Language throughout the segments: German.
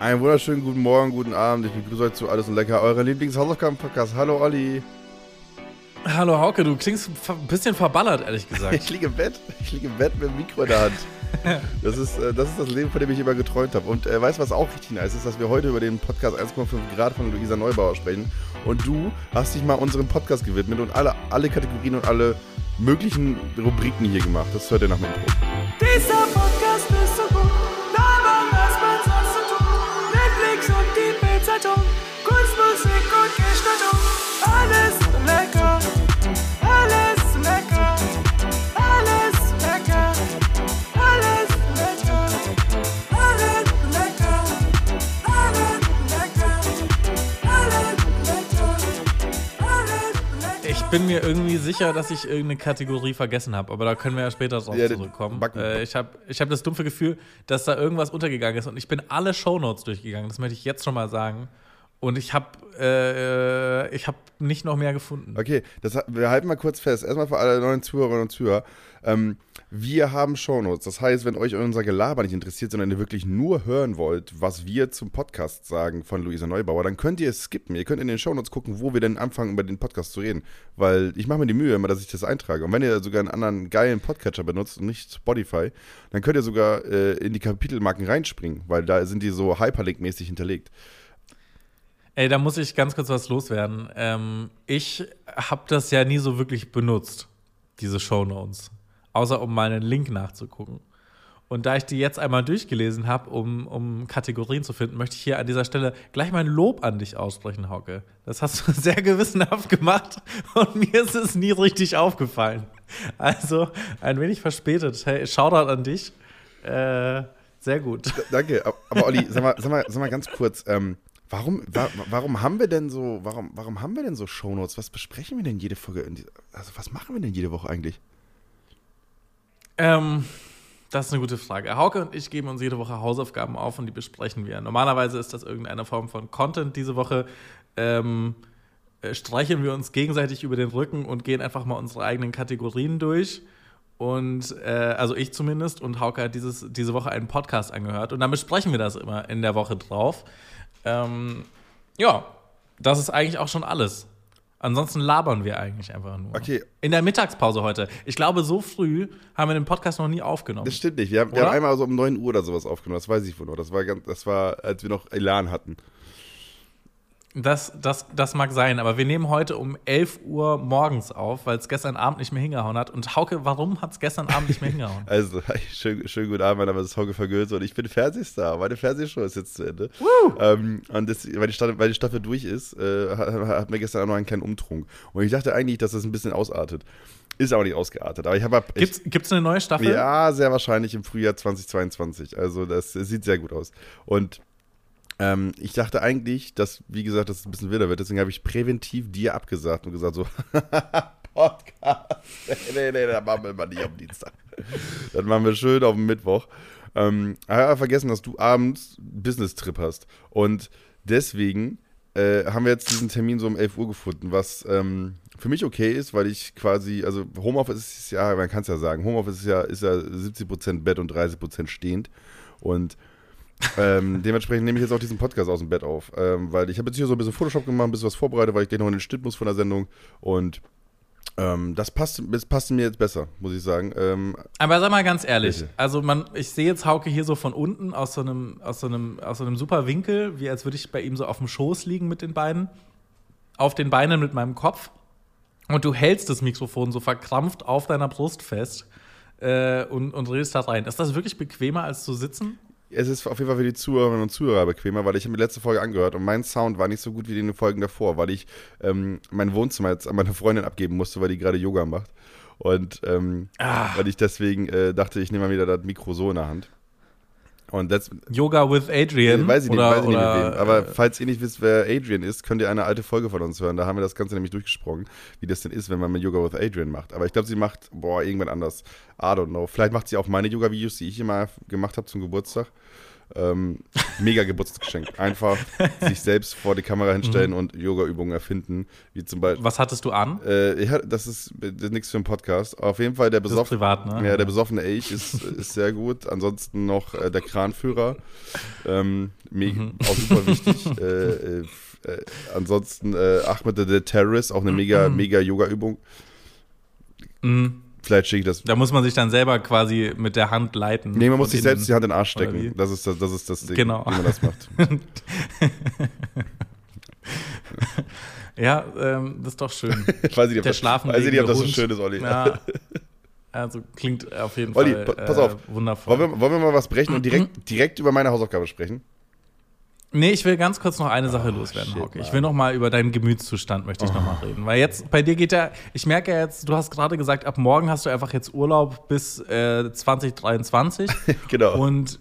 Einen wunderschönen guten Morgen, guten Abend. Ich begrüße euch zu Alles und Lecker, eurer Lieblings-Hausaufgaben-Podcast. Hallo Olli. Hallo Hauke, du klingst ein bisschen verballert, ehrlich gesagt. Ich liege im Bett mit dem Mikro in der Hand. Das ist das Leben, von dem ich immer geträumt habe. Und weißt du, was auch richtig nice ist, dass wir heute über den Podcast 1,5 Grad von Luisa Neubauer sprechen. Und du hast dich mal unserem Podcast gewidmet und alle Kategorien und alle möglichen Rubriken hier gemacht. Das hört ihr nach dem Intro. Dieser Podcast ist so gut, da weiß man sonst zu tun. Netflix und die Bildzeitung, Kunst, Musik und Gestaltung. Alles lecker, alles lecker, alles lecker, alles lecker, alles lecker, alles lecker, alles lecker, alles lecker. Ich bin mir irgendwie sicher, dass ich irgendeine Kategorie vergessen habe, aber da können wir ja später drauf zurückkommen. Ich hab das dumpfe Gefühl, dass da irgendwas untergegangen ist und ich bin alle Shownotes durchgegangen, das möchte ich jetzt schon mal sagen. Und ich hab nicht noch mehr gefunden. Okay, wir halten mal kurz fest. Erstmal für alle neuen Zuhörerinnen und Zuhörer. Wir haben Shownotes. Das heißt, wenn euch unser Gelaber nicht interessiert, sondern ihr wirklich nur hören wollt, was wir zum Podcast sagen von Luisa Neubauer, dann könnt ihr es skippen. Ihr könnt in den Shownotes gucken, wo wir denn anfangen, über den Podcast zu reden. Weil ich mache mir die Mühe immer, dass ich das eintrage. Und wenn ihr sogar einen anderen geilen Podcatcher benutzt und nicht Spotify, dann könnt ihr sogar in die Kapitelmarken reinspringen, weil da sind die so Hyperlink-mäßig hinterlegt. Ey, da muss ich ganz kurz was loswerden. Ich habe das ja nie so wirklich benutzt, diese Shownotes. Außer um mal einen Link nachzugucken. Und da ich die jetzt einmal durchgelesen habe, um Kategorien zu finden, möchte ich hier an dieser Stelle gleich mein Lob an dich aussprechen, Hauke. Das hast du sehr gewissenhaft gemacht und mir ist es nie richtig aufgefallen. Also ein wenig verspätet. Hey, Shoutout an dich. Sehr gut. Danke. Aber Olli, sag mal ganz kurz, warum haben wir denn so Shownotes? Was besprechen wir denn jede Folge? Also was machen wir denn jede Woche eigentlich? Das ist eine gute Frage. Hauke und ich geben uns jede Woche Hausaufgaben auf und die besprechen wir. Normalerweise ist das irgendeine Form von Content. Diese Woche streicheln wir uns gegenseitig über den Rücken und gehen einfach mal unsere eigenen Kategorien durch. Und also ich zumindest und Hauke hat diese Woche einen Podcast angehört und dann besprechen wir das immer in der Woche drauf. Ja, das ist eigentlich auch schon alles. Ansonsten labern wir eigentlich einfach nur. Okay. In der Mittagspause heute. Ich glaube, so früh haben wir den Podcast noch nie aufgenommen. Das stimmt nicht. Wir haben einmal so um 9 Uhr oder sowas aufgenommen. Das weiß ich wohl noch. Das war, als wir noch Elan hatten. Das mag sein, aber wir nehmen heute um 11 Uhr morgens auf, weil es gestern Abend nicht mehr hingehauen hat. Und Hauke, warum hat es gestern Abend nicht mehr hingehauen? Also, schönen guten Abend, mein Name ist Hauke Vergöse und ich bin Fernsehstar. Meine Fernsehshow ist jetzt zu Ende. Und weil die Staffel durch ist, hat mir gestern auch noch einen kleinen Umtrunk. Und ich dachte eigentlich, dass das ein bisschen ausartet. Ist aber nicht ausgeartet. Aber Gibt's eine neue Staffel? Ja, sehr wahrscheinlich im Frühjahr 2022. Also, das sieht sehr gut aus. Und ich dachte eigentlich, dass, wie gesagt, dass es ein bisschen wilder wird. Deswegen habe ich präventiv dir abgesagt und gesagt so, Podcast. Nee, das machen wir mal nicht am Dienstag. Das machen wir schön auf dem Mittwoch. Ich habe vergessen, dass du abends einen Business-Trip hast. Und deswegen haben wir jetzt diesen Termin so um 11 Uhr gefunden, was für mich okay ist, weil ich quasi, also Homeoffice ist ja, man kann es ja sagen, Homeoffice ist ja 70% Bett und 30% stehend. Und dementsprechend nehme ich jetzt auch diesen Podcast aus dem Bett auf, weil ich habe jetzt hier so ein bisschen Photoshop gemacht, ein bisschen was vorbereitet, weil ich gleich noch in den Schnitt muss von der Sendung und das passt mir jetzt besser, muss ich sagen. Aber sag mal ganz ehrlich, bitte. also ich sehe jetzt Hauke hier so von unten aus so einem super Winkel, wie als würde ich bei ihm so auf dem Schoß liegen mit den Beinen, auf den Beinen mit meinem Kopf und du hältst das Mikrofon so verkrampft auf deiner Brust fest und redest da rein. Ist das wirklich bequemer als zu sitzen? Es ist auf jeden Fall für die Zuhörerinnen und Zuhörer bequemer, weil ich habe mir die letzte Folge angehört und mein Sound war nicht so gut wie in den Folgen davor, weil ich mein Wohnzimmer jetzt an meine Freundin abgeben musste, weil die gerade Yoga macht. Und weil ich deswegen dachte, ich nehme mal wieder das Mikro so in der Hand. Und Yoga with Adrian? Weiß ich nicht mit wem. Aber falls ihr nicht wisst, wer Adrian ist, könnt ihr eine alte Folge von uns hören. Da haben wir das Ganze nämlich durchgesprochen, wie das denn ist, wenn man mit Yoga with Adrian macht. Aber ich glaube, sie macht, irgendwann anders. I don't know. Vielleicht macht sie auch meine Yoga-Videos, die ich immer gemacht habe zum Geburtstag. Mega Geburtstagsgeschenk. Einfach sich selbst vor die Kamera hinstellen und Yoga-Übungen erfinden. Wie zum Beispiel. Was hattest du an? Das ist nichts für einen Podcast. Auf jeden Fall der besoffene. Privat, ne? Ja, der besoffene Elch ist sehr gut. Ansonsten noch der Kranführer. Auch super wichtig. Ansonsten Ahmed the Terrorist, auch eine mega Yoga-Übung. Vielleicht schicke ich das. Da muss man sich dann selber quasi mit der Hand leiten. Nee, man muss sich selbst die Hand in den Arsch stecken. Das ist das Ding, genau. wie man das macht. Ja, das ist doch schön. Weiß ich nicht, ob das so schön ist, Olli. Ja, also klingt auf jeden Olli, Fall pass auf. Wundervoll. Wollen wir mal was brechen und direkt über meine Hausaufgabe sprechen? Nee, ich will ganz kurz noch eine Sache loswerden, Hauke. Ich will noch mal über deinen Gemütszustand möchte ich noch mal reden. Weil jetzt, bei dir geht ja, ich merke ja jetzt, du hast gerade gesagt, ab morgen hast du einfach jetzt Urlaub bis 2023. Genau. Und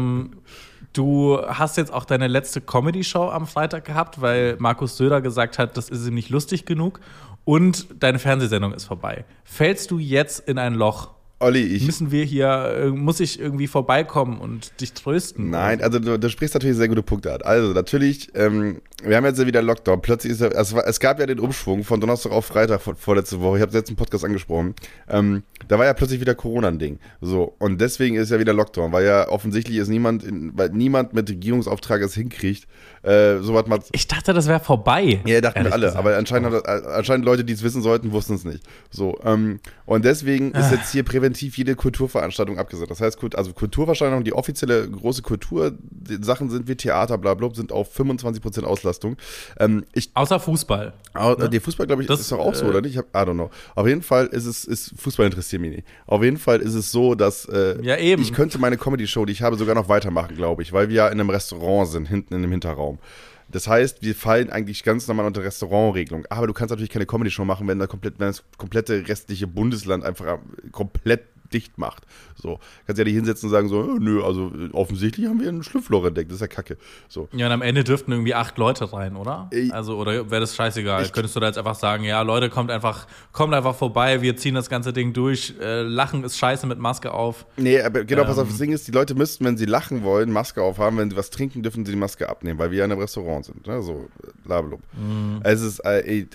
du hast jetzt auch deine letzte Comedy-Show am Freitag gehabt, weil Markus Söder gesagt hat, das ist ihm nicht lustig genug. Und deine Fernsehsendung ist vorbei. Fällst du jetzt in ein Loch? Olli, muss ich irgendwie vorbeikommen und dich trösten? Nein, also du sprichst natürlich sehr gute Punkte an. Also natürlich, wir haben jetzt ja wieder Lockdown. Plötzlich es gab ja den Umschwung von Donnerstag auf Freitag vorletzte Woche. Ich habe es jetzt im Podcast angesprochen. Da war ja plötzlich wieder Corona ein Ding. So, und deswegen ist ja wieder Lockdown, weil ja offensichtlich ist niemand mit Regierungsauftrag es hinkriegt. Sowas mal. Ich dachte, das wäre vorbei. Ja, dachten alle, gesagt. aber anscheinend Leute, die es wissen sollten, wussten es nicht. So, und deswegen ist jetzt hier präventiv jede Kulturveranstaltung abgesagt. Das heißt, also Kulturveranstaltungen, die offizielle große Kultursachen sind wie Theater, blablabla, sind auf 25% Auslastung. Außer Fußball. Der Fußball, glaube ich, ist doch auch so, oder nicht? I don't know. Auf jeden Fall ist Fußball interessiert mich nicht. Auf jeden Fall ist es so, dass ich könnte meine Comedy-Show, die ich habe, sogar noch weitermachen, glaube ich, weil wir ja in einem Restaurant sind, hinten in dem Hinterraum. Das heißt, wir fallen eigentlich ganz normal unter Restaurantregelung. Aber du kannst natürlich keine Comedy-Show machen, wenn das komplette restliche Bundesland einfach komplett dicht macht. So, kannst ja nicht hinsetzen und sagen so, nö, also offensichtlich haben wir ein Schlupfloch entdeckt, das ist ja Kacke. So. Ja, und am Ende dürften irgendwie 8 Leute rein, oder? Oder wäre das scheißegal? Könntest du da jetzt einfach sagen, ja, Leute, kommt einfach vorbei, wir ziehen das ganze Ding durch, Lachen ist scheiße mit Maske auf. Nee, aber genau, pass auf, das Ding ist, die Leute müssten, wenn sie lachen wollen, Maske aufhaben, wenn sie was trinken, dürfen sie die Maske abnehmen, weil wir ja in einem Restaurant sind, ne? So, blablabla. Es ist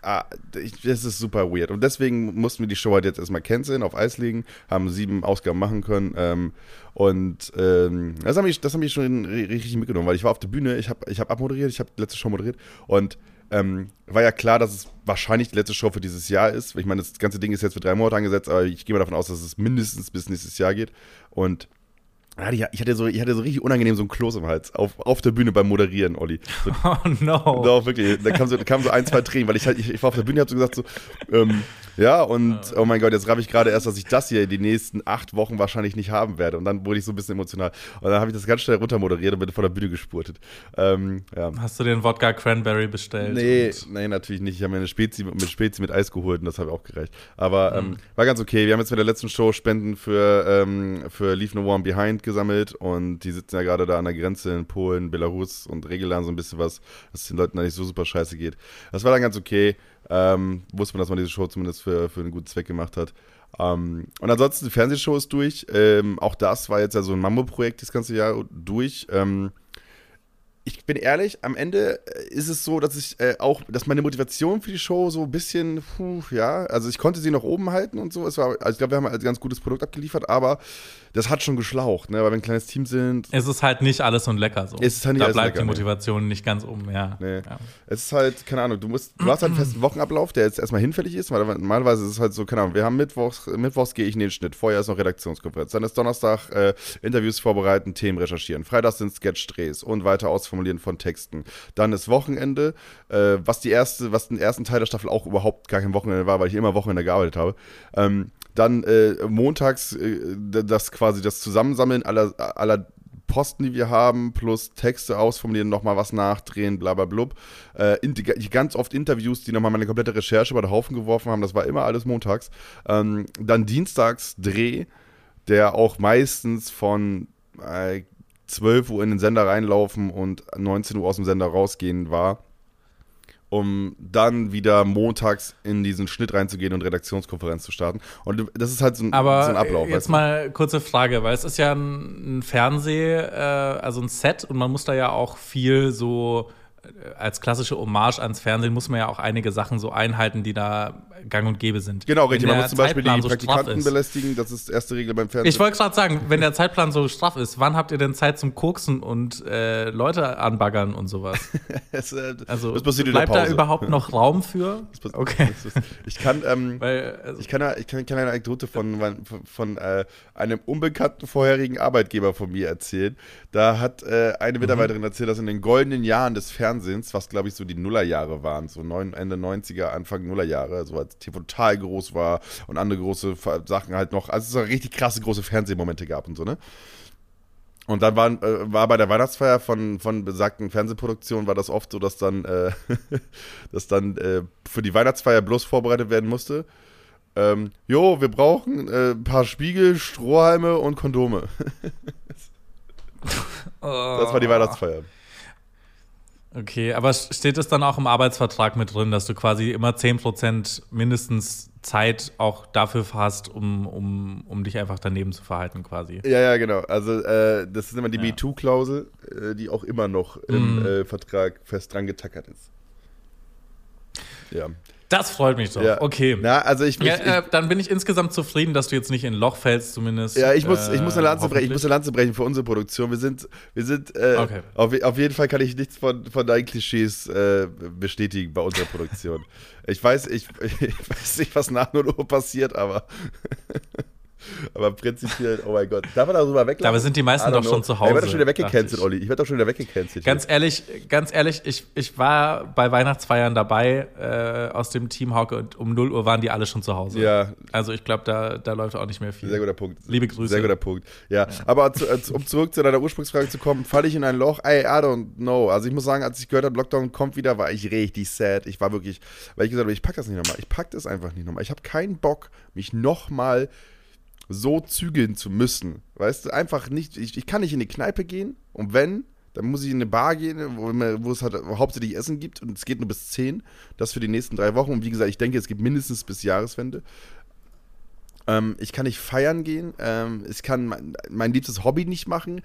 super weird und deswegen mussten wir die Show halt jetzt erstmal canceln, auf Eis legen, haben 7 Ausgaben machen können. Das haben mich schon richtig mitgenommen, weil ich war auf der Bühne, ich hab abmoderiert, ich habe die letzte Show moderiert und war ja klar, dass es wahrscheinlich die letzte Show für dieses Jahr ist. Ich meine, das ganze Ding ist jetzt für 3 Monate angesetzt, aber ich gehe mal davon aus, dass es mindestens bis nächstes Jahr geht. Und ich hatte so richtig unangenehm so ein Kloß im Hals auf der Bühne beim Moderieren, Olli. So, oh no. Doch, wirklich. Da kam so 1, 2 Tränen, weil ich war auf der Bühne, hab so gesagt so, ja, und oh mein Gott, jetzt raff ich gerade erst, dass ich das hier die nächsten 8 Wochen wahrscheinlich nicht haben werde. Und dann wurde ich so ein bisschen emotional. Und dann habe ich das ganz schnell runter moderiert und bin von der Bühne gespurtet. Ja. Hast du den Wodka Cranberry bestellt? Nee, natürlich nicht. Ich habe mir eine Spezi mit Eis geholt und das hat auch gereicht. Aber war ganz okay. Wir haben jetzt mit der letzten Show Spenden für Leave No One Behind gesammelt und die sitzen ja gerade da an der Grenze in Polen, Belarus und regeln dann so ein bisschen was, dass es den Leuten da nicht so super scheiße geht. Das war dann ganz okay. Wusste man, dass man diese Show zumindest für einen guten Zweck gemacht hat. Und ansonsten, die Fernsehshow ist durch. Auch das war jetzt ja so ein Mambo-Projekt das ganze Jahr durch. Ich bin ehrlich, am Ende ist es so, dass dass meine Motivation für die Show so ein bisschen, also ich konnte sie noch oben halten und so. Ich glaube, wir haben ein ganz gutes Produkt abgeliefert, aber das hat schon geschlaucht, ne? Weil wir ein kleines Team sind. Es ist halt nicht alles so ein lecker so. Es ist halt nicht da alles bleibt lecker, die Motivation nicht ganz oben, ja. Nee. Ja. Es ist halt, keine Ahnung, du hast halt einen festen Wochenablauf, der jetzt erstmal hinfällig ist, weil normalerweise ist es halt so, keine Ahnung, wir haben Mittwochs gehe ich in den Schnitt, vorher ist noch Redaktionskonferenz, dann ist Donnerstag Interviews vorbereiten, Themen recherchieren, Freitags sind Sketchdrehs und weiter ausformulieren von Texten. Dann ist Wochenende, was den ersten Teil der Staffel auch überhaupt gar kein Wochenende war, weil ich immer Wochenende gearbeitet habe. Dann montags das Zusammensammeln aller Posten, die wir haben, plus Texte ausformulieren, nochmal was nachdrehen, blablabla. Ganz oft Interviews, die nochmal meine komplette Recherche über den Haufen geworfen haben, das war immer alles montags. Dann dienstags Dreh, der auch meistens von 12 Uhr in den Sender reinlaufen und 19 Uhr aus dem Sender rausgehen war. um dann wieder montags in diesen Schnitt reinzugehen und Redaktionskonferenz zu starten. Und das ist halt so ein Ablauf. Jetzt mal kurze Frage, weil es ist ja ein also ein Set und man muss da ja auch viel so als klassische Hommage ans Fernsehen muss man ja auch einige Sachen so einhalten, die da gang und gäbe sind. Genau, richtig. Man muss zum Beispiel die so Praktikanten belästigen, das ist erste Regel beim Fernsehen. Ich wollte gerade sagen, wenn der Zeitplan so straff ist, wann habt ihr denn Zeit zum Koksen und Leute anbaggern und sowas? das bleibt in der Pause. Da überhaupt noch Raum für? Okay. Ich kann eine Anekdote von einem unbekannten vorherigen Arbeitgeber von mir erzählen. Da hat eine Mitarbeiterin erzählt, dass in den goldenen Jahren des Fernsehens, was glaube ich so die Nullerjahre waren, so Ende 90er, Anfang Nullerjahre, so als TV total groß war und andere große Sachen halt noch, also es so richtig krasse große Fernsehmomente gab und so, ne? Und dann war bei der Weihnachtsfeier von besagten Fernsehproduktionen war das oft so, dass dann für die Weihnachtsfeier bloß vorbereitet werden musste. Wir brauchen ein paar Spiegel, Strohhalme und Kondome. Das war die Weihnachtsfeier. Okay, aber steht es dann auch im Arbeitsvertrag mit drin, dass du quasi immer 10% mindestens Zeit auch dafür hast, um dich einfach daneben zu verhalten quasi? Ja, genau. Also das ist immer die MeToo-Klausel, die auch immer noch im Vertrag fest dran getackert ist. Ja. Das freut mich doch. Ja. Okay. Na, also dann bin ich insgesamt zufrieden, dass du jetzt nicht in ein Loch fällst, zumindest. Ja, ich muss eine Lanze brechen. Ich muss eine Lanze brechen für unsere Produktion. Wir sind okay. Auf jeden Fall kann ich nichts von deinen Klischees bestätigen bei unserer Produktion. Ich weiß nicht, was nach 0 Uhr passiert, aber prinzipiell, oh mein Gott. Darf man darüber weglassen? Dabei sind die meisten doch schon zu Hause. Ich werde doch schon wieder weggecancelt, Olli. Ich werde doch schon wieder weggecancelt. Ganz ehrlich, ich war bei Weihnachtsfeiern dabei aus dem Team Hauke und um 0 Uhr waren die alle schon zu Hause. Ja. Also ich glaube, da läuft auch nicht mehr viel. Sehr guter Punkt. Liebe Grüße. Sehr guter Punkt. Ja. Aber um zurück zu deiner Ursprungsfrage zu kommen, falle ich in ein Loch? I don't know. Also ich muss sagen, als ich gehört habe, Lockdown kommt wieder, war ich richtig sad. Ich war wirklich, weil ich gesagt habe, ich packe das nicht nochmal. Ich packe das einfach nicht nochmal. Ich habe keinen Bock, mich nochmal so zügeln zu müssen. Weißt du, einfach nicht, ich kann nicht in die Kneipe gehen und wenn, dann muss ich in eine Bar gehen, wo es halt hauptsächlich Essen gibt und es geht nur bis 10, das für die nächsten 3 Wochen und wie gesagt, ich denke, es gibt mindestens bis Jahreswende. Ich kann nicht feiern gehen, ich kann mein liebstes Hobby nicht machen,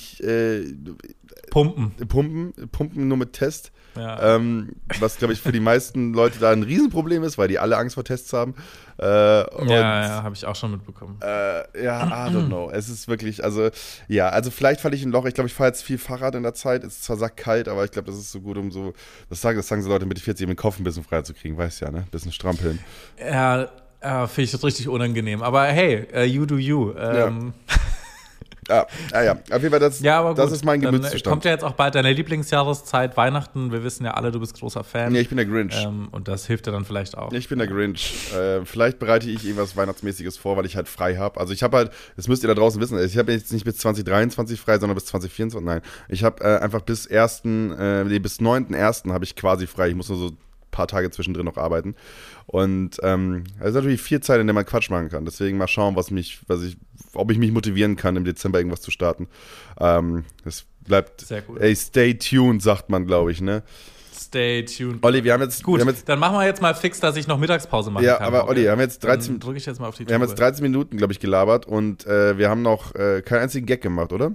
Pumpen nur mit Test. Ja. Was, glaube ich, für die meisten Leute da ein Riesenproblem ist, weil die alle Angst vor Tests haben. Habe ich auch schon mitbekommen. I don't know. Es ist wirklich, also vielleicht falle ich in ein Loch. Ich glaube, ich fahre jetzt viel Fahrrad in der Zeit. Es ist zwar sackkalt, aber ich glaube, das ist so gut, um so, das sagen so Leute mit 40, um den Kopf ein bisschen freier zu kriegen, weißt ja, ne? Ein bisschen strampeln. Ja, finde ich das richtig unangenehm. Aber hey, you do you. Ja, auf jeden Fall, das ist mein Gemütszustand. Kommt ja jetzt auch bald deine Lieblingsjahreszeit, Weihnachten. Wir wissen ja alle, du bist großer Fan. Ja, ich bin der Grinch. Und das hilft dir dann vielleicht auch. Ich bin der Grinch. Vielleicht bereite ich irgendwas Weihnachtsmäßiges vor, weil ich halt frei habe. Also ich habe halt, das müsst ihr da draußen wissen, ich habe jetzt nicht bis 2023 frei, sondern bis 2024. Nein, ich habe einfach bis 9.1. habe ich quasi frei. Ich muss nur so ein paar Tage zwischendrin noch arbeiten. Und es ist natürlich viel Zeit, in der man Quatsch machen kann. Deswegen mal schauen, ob ich mich motivieren kann, im Dezember irgendwas zu starten. Es bleibt. Sehr cool. Ey, stay tuned, sagt man, glaube ich, ne? Stay tuned. Olli, wir haben jetzt. Gut, dann machen wir jetzt mal fix, dass ich noch Mittagspause machen kann. Ja, aber Olli, wir haben jetzt 13. Drücke ich jetzt mal auf die Tube. Wir haben jetzt 13 Minuten, glaube ich, gelabert und wir haben noch keinen einzigen Gag gemacht, oder?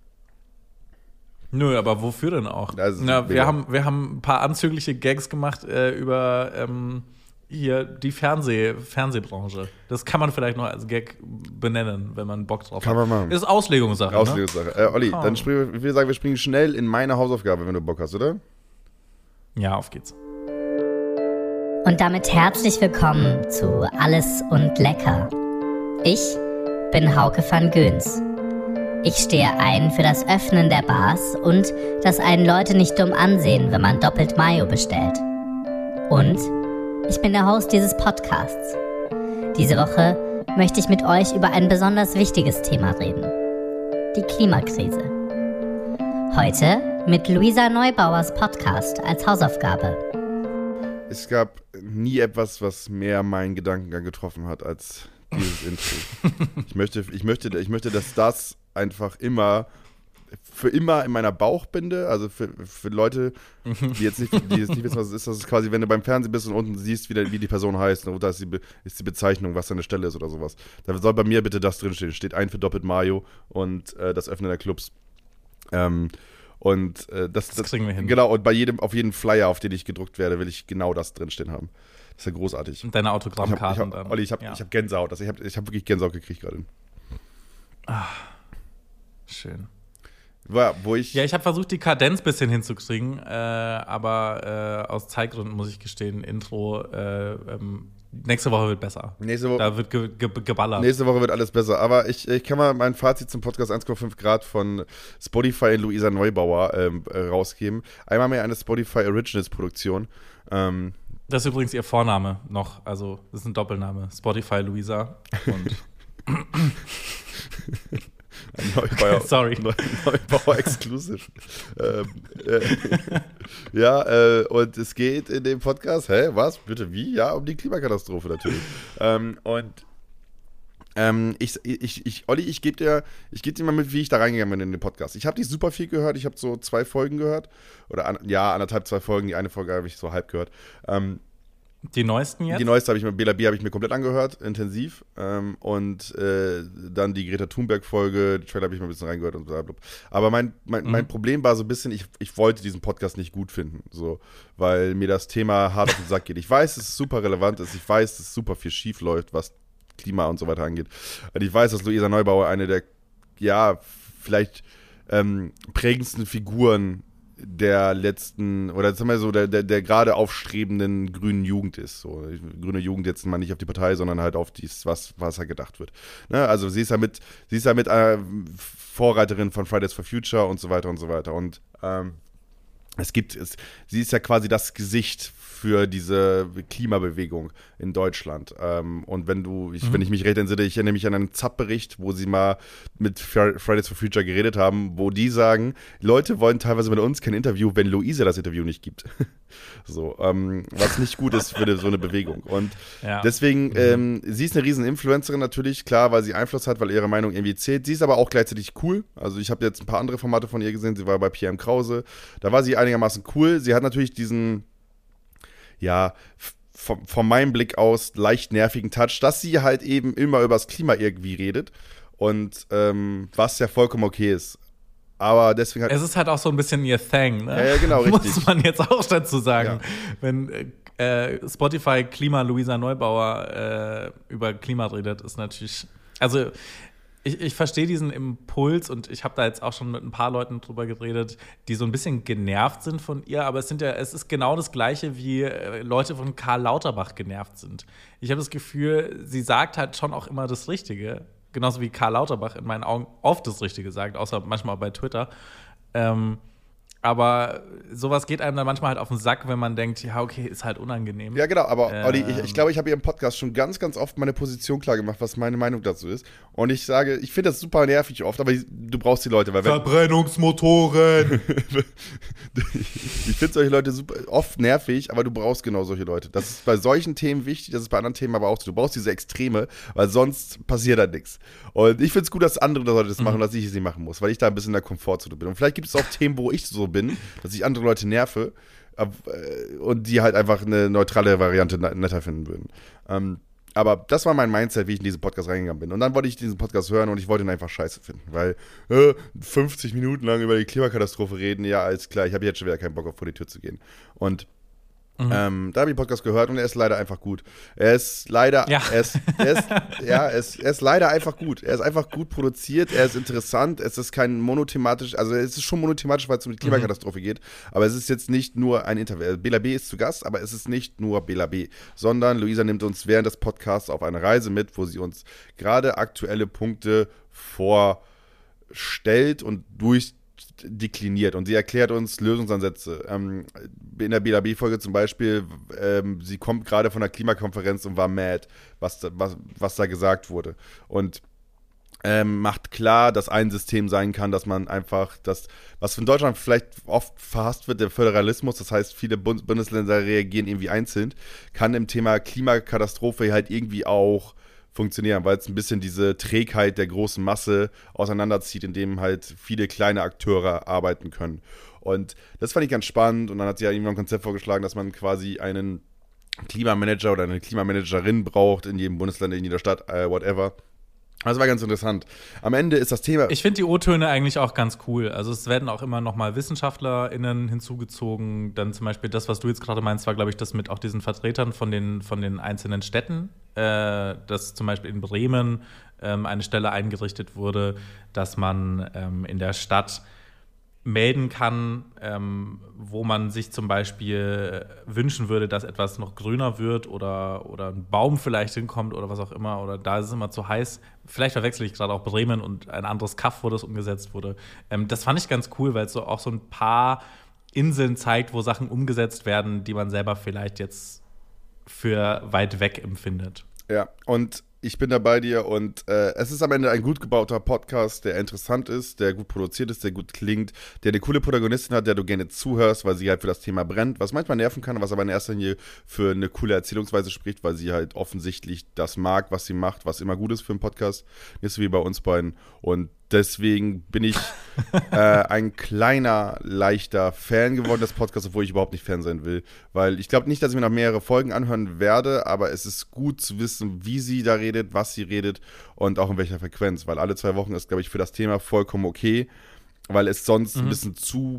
Nö, aber wofür denn auch? Also, wir haben ein paar anzügliche Gags gemacht über hier die Fernsehbranche. Das kann man vielleicht noch als Gag benennen, wenn man Bock drauf hat. Kann man machen. Das ist Auslegungssache. Auslegungssache. Olli, dann ich will sagen, wir springen schnell in meine Hausaufgabe, wenn du Bock hast, oder? Ja, auf geht's. Und damit herzlich willkommen zu Alles und Lecker. Ich bin Hauke van Göns. Ich stehe ein für das Öffnen der Bars und dass einen Leute nicht dumm ansehen, wenn man doppelt Mayo bestellt. Und ich bin der Host dieses Podcasts. Diese Woche möchte ich mit euch über ein besonders wichtiges Thema reden. Die Klimakrise. Heute mit Luisa Neubauers Podcast als Hausaufgabe. Es gab nie etwas, was mehr meinen Gedankengang getroffen hat als dieses Intro. Ich möchte, dass das einfach immer für immer in meiner Bauchbinde. Also für Leute, die jetzt nicht wissen, was es ist. Das ist quasi, wenn du beim Fernsehen bist und unten siehst, wie die Person heißt. Und da ist die Bezeichnung, was seine Stelle ist oder sowas. Da soll bei mir bitte das drinstehen. Steht ein für doppelt Mayo und das Öffnen der Clubs. Das kriegen wir hin. Genau, und auf jedem Flyer, auf den ich gedruckt werde, will ich genau das drinstehen haben. Das ist ja großartig. Und deine Autogrammkarten dann. Olli, ich hab Gänsehaut. Also ich hab wirklich Gänsehaut gekriegt gerade. Schön. Ich habe versucht, die Kadenz ein bisschen hinzukriegen, aber aus Zeitgründen muss ich gestehen, Intro, nächste Woche wird besser. Da wird geballert. Nächste Woche wird alles besser. Aber ich kann mal mein Fazit zum Podcast 1,5 Grad von Spotify und Luisa Neubauer rausgeben. Einmal mehr eine Spotify Originals Produktion. Das ist übrigens ihr Vorname noch. Also, das ist ein Doppelname. Spotify Luisa und Neubauer, sorry. Neubauer Exclusive. Und es geht in dem Podcast, was, bitte, wie? Ja, um die Klimakatastrophe natürlich. Olli, ich gebe dir mal mit, wie ich da reingegangen bin in den Podcast. Ich habe nicht super viel gehört, ich habe so 2 Folgen gehört. Oder anderthalb, 2 Folgen, die eine Folge habe ich so halb gehört. Die neuesten jetzt? Die neueste habe ich mit Bela B. habe ich mir komplett angehört, intensiv. Dann die Greta Thunberg-Folge, die Trailer habe ich mal ein bisschen reingehört und blablabla. Aber mein Problem war so ein bisschen, ich wollte diesen Podcast nicht gut finden, so, weil mir das Thema hart auf den Sack geht. Ich weiß, dass es super relevant ist, ich weiß, dass super viel schief läuft, was Klima und so weiter angeht. Und ich weiß, dass Luisa Neubauer eine der, vielleicht prägendsten Figuren der letzten, oder sagen wir so, der gerade aufstrebenden grünen Jugend ist. So, grüne Jugend jetzt mal nicht auf die Partei, sondern halt auf dies, was halt gedacht wird. Ne? Also sie ist ja mit Vorreiterin von Fridays for Future und so weiter und so weiter. Und sie ist ja quasi das Gesicht für diese Klimabewegung in Deutschland. Und wenn ich mich recht entsinne, ich erinnere mich an einen ZAP-Bericht, wo sie mal mit Fridays for Future geredet haben, wo die sagen, Leute wollen teilweise mit uns kein Interview, wenn Luisa das Interview nicht gibt. So, was nicht gut ist für so eine Bewegung. Und deswegen, sie ist eine riesen Influencerin natürlich, klar, weil sie Einfluss hat, weil ihre Meinung irgendwie zählt. Sie ist aber auch gleichzeitig cool. Also ich habe jetzt ein paar andere Formate von ihr gesehen. Sie war bei Pierre M. Krause. Da war sie einigermaßen cool. Sie hat natürlich diesen von meinem Blick aus leicht nervigen Touch, dass sie halt eben immer über das Klima irgendwie redet und was ja vollkommen okay ist. Aber deswegen halt. Es ist halt auch so ein bisschen ihr Thing, ne? Ja, genau, richtig. Muss man jetzt auch dazu sagen. Ja. Wenn Spotify Klima Luisa Neubauer über Klima redet, ist natürlich. Also ich verstehe diesen Impuls und ich habe da jetzt auch schon mit ein paar Leuten drüber geredet, die so ein bisschen genervt sind von ihr, aber es ist genau das Gleiche, wie Leute von Karl Lauterbach genervt sind. Ich habe das Gefühl, sie sagt halt schon auch immer das Richtige, genauso wie Karl Lauterbach in meinen Augen oft das Richtige sagt, außer manchmal bei Twitter. Aber sowas geht einem dann manchmal halt auf den Sack, wenn man denkt, ja, okay, ist halt unangenehm. Ja, genau, aber Olli, ich glaube, ich habe hier im Podcast schon ganz, ganz oft meine Position klar gemacht, was meine Meinung dazu ist. Und ich sage, ich finde das super nervig oft, aber du brauchst die Leute. Weil Verbrennungsmotoren! Ich finde solche Leute oft nervig, aber du brauchst genau solche Leute. Das ist bei solchen Themen wichtig, das ist bei anderen Themen aber auch so. Du brauchst diese Extreme, weil sonst passiert da nichts. Und ich finde es gut, dass andere Leute das machen und dass ich es nicht machen muss, weil ich da ein bisschen in der Komfortzone bin. Und vielleicht gibt es auch Themen, wo ich so bin, dass ich andere Leute nerve und die halt einfach eine neutrale Variante netter finden würden. Aber das war mein Mindset, wie ich in diesen Podcast reingegangen bin. Und dann wollte ich diesen Podcast hören und ich wollte ihn einfach scheiße finden, weil 50 Minuten lang über die Klimakatastrophe reden, ja, alles klar, ich habe jetzt schon wieder keinen Bock auf vor die Tür zu gehen. Und da habe ich den Podcast gehört und er ist leider einfach gut. Er ist leider einfach gut. Er ist einfach gut produziert, er ist interessant, es ist kein monothematisch, also es ist schon monothematisch, weil es um die Klimakatastrophe geht, aber es ist jetzt nicht nur ein Interview. Bela B. ist zu Gast, aber es ist nicht nur Bela B., sondern Luisa nimmt uns während des Podcasts auf eine Reise mit, wo sie uns gerade aktuelle Punkte vorstellt und durchdekliniert und sie erklärt uns Lösungsansätze. In der Bela B-Folge zum Beispiel, sie kommt gerade von der Klimakonferenz und war mad, was da gesagt wurde. Und macht klar, dass ein System sein kann, dass man einfach was in Deutschland vielleicht oft verhasst wird, der Föderalismus, das heißt, viele Bundesländer reagieren irgendwie einzeln, kann im Thema Klimakatastrophe halt irgendwie auch funktionieren, weil es ein bisschen diese Trägheit der großen Masse auseinanderzieht, in dem halt viele kleine Akteure arbeiten können. Und das fand ich ganz spannend und dann hat sie ja irgendwann ein Konzept vorgeschlagen, dass man quasi einen Klimamanager oder eine Klimamanagerin braucht in jedem Bundesland, in jeder Stadt, whatever. Das war ganz interessant. Am Ende ist das Thema. Ich finde die O-Töne eigentlich auch ganz cool. Also es werden auch immer noch mal WissenschaftlerInnen hinzugezogen. Dann zum Beispiel das, was du jetzt gerade meinst, war, glaube ich, das mit auch diesen Vertretern von den einzelnen Städten. Dass zum Beispiel in Bremen eine Stelle eingerichtet wurde, dass man in der Stadt melden kann, wo man sich zum Beispiel wünschen würde, dass etwas noch grüner wird oder ein Baum vielleicht hinkommt oder was auch immer, oder da ist es immer zu heiß. Vielleicht verwechsel ich gerade auch Bremen und ein anderes Kaff, wo das umgesetzt wurde. Das fand ich ganz cool, weil es so auch so ein paar Inseln zeigt, wo Sachen umgesetzt werden, die man selber vielleicht jetzt für weit weg empfindet. Ja, und ich bin da bei dir und es ist am Ende ein gut gebauter Podcast, der interessant ist, der gut produziert ist, der gut klingt, der eine coole Protagonistin hat, der du gerne zuhörst, weil sie halt für das Thema brennt, was manchmal nerven kann, was aber in erster Linie für eine coole Erzählungsweise spricht, weil sie halt offensichtlich das mag, was sie macht, was immer gut ist für einen Podcast, nicht so wie bei uns beiden. Und deswegen bin ich ein kleiner, leichter Fan geworden des Podcasts, obwohl ich überhaupt nicht Fan sein will. Weil ich glaube nicht, dass ich mir noch mehrere Folgen anhören werde, aber es ist gut zu wissen, wie sie da redet, was sie redet und auch in welcher Frequenz. Weil alle 2 Wochen ist, glaube ich, für das Thema vollkommen okay, weil es sonst ein bisschen zu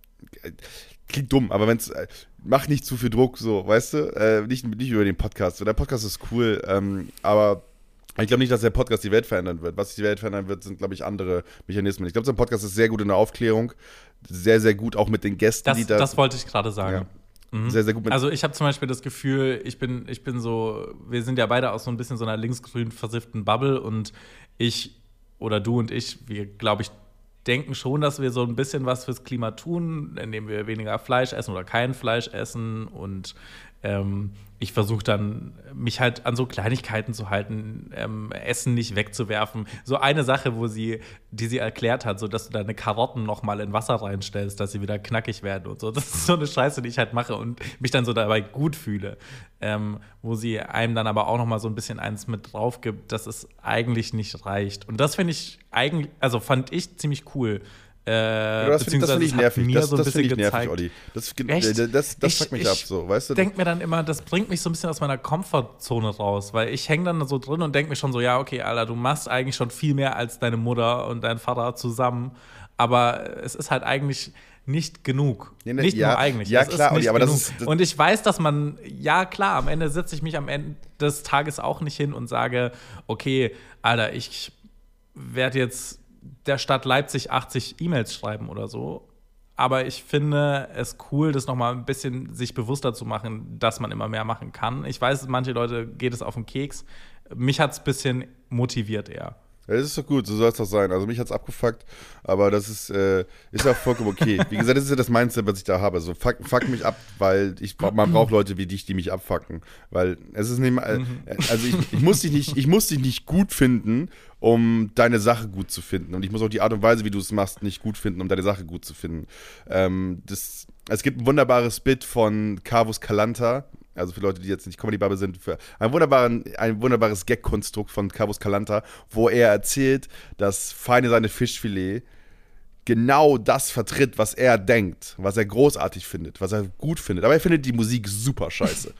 klingt dumm, aber wenn's mach nicht zu viel Druck, so, weißt du? Nicht über den Podcast. Der Podcast ist cool, aber ich glaube nicht, dass der Podcast die Welt verändern wird. Was die Welt verändern wird, sind, glaube ich, andere Mechanismen. Ich glaube, so ein Podcast ist sehr gut in der Aufklärung, sehr, sehr gut auch mit den Gästen, die da. Das wollte ich gerade sagen. Ja. Sehr, sehr gut mit. Also ich habe zum Beispiel das Gefühl, ich bin so, wir sind ja beide aus so ein bisschen so einer linksgrün versifften Bubble und ich oder du und ich, wir, glaube ich, denken schon, dass wir so ein bisschen was fürs Klima tun, indem wir weniger Fleisch essen oder kein Fleisch essen und ich versuche dann, mich halt an so Kleinigkeiten zu halten, Essen nicht wegzuwerfen. So eine Sache, die sie erklärt hat, so dass du deine Karotten noch mal in Wasser reinstellst, dass sie wieder knackig werden und so. Das ist so eine Scheiße, die ich halt mache und mich dann so dabei gut fühle. Wo sie einem dann aber auch noch mal so ein bisschen eins mit drauf gibt, dass es eigentlich nicht reicht. Und das finde ich fand ich ziemlich cool. Das finde ich nervig. Das finde ich nervig, Olli. Das fuckt mich ab, so, weißt du? Ich denke mir dann immer, das bringt mich so ein bisschen aus meiner Komfortzone raus, weil ich hänge dann so drin und denke mir schon so, ja, okay, Alter, du machst eigentlich schon viel mehr als deine Mutter und dein Vater zusammen, aber es ist halt eigentlich nicht genug. Nicht nur eigentlich. Ja, klar, Olli, aber genug. das ist. Und ich weiß, dass man, ja klar, am Ende setze ich mich am Ende des Tages auch nicht hin und sage, okay, Alter, ich werde jetzt der Stadt Leipzig 80 E-Mails schreiben oder so. Aber ich finde es cool, das nochmal ein bisschen sich bewusster zu machen, dass man immer mehr machen kann. Ich weiß, manche Leute geht es auf den Keks. Mich hat es ein bisschen motiviert eher. Ja, das ist doch gut, so soll es doch sein. Also mich hat's abgefuckt, aber das ist auch vollkommen okay. Wie gesagt, das ist ja das Mindset, was ich da habe. So, fuck mich ab, weil man braucht Leute wie dich, die mich abfucken. Weil es ist nicht mal, also ich muss dich nicht gut finden, um deine Sache gut zu finden. Und ich muss auch die Art und Weise, wie du es machst, nicht gut finden, um deine Sache gut zu finden. Es gibt ein wunderbares Bit von Carvus Calanta, also für Leute, die jetzt nicht Comedy-Bubble sind, für ein wunderbares Gag-Konstrukt von Carvus Calanta, wo er erzählt, dass Feine seine Fischfilet genau das vertritt, was er denkt, was er großartig findet, was er gut findet. Aber er findet die Musik super scheiße.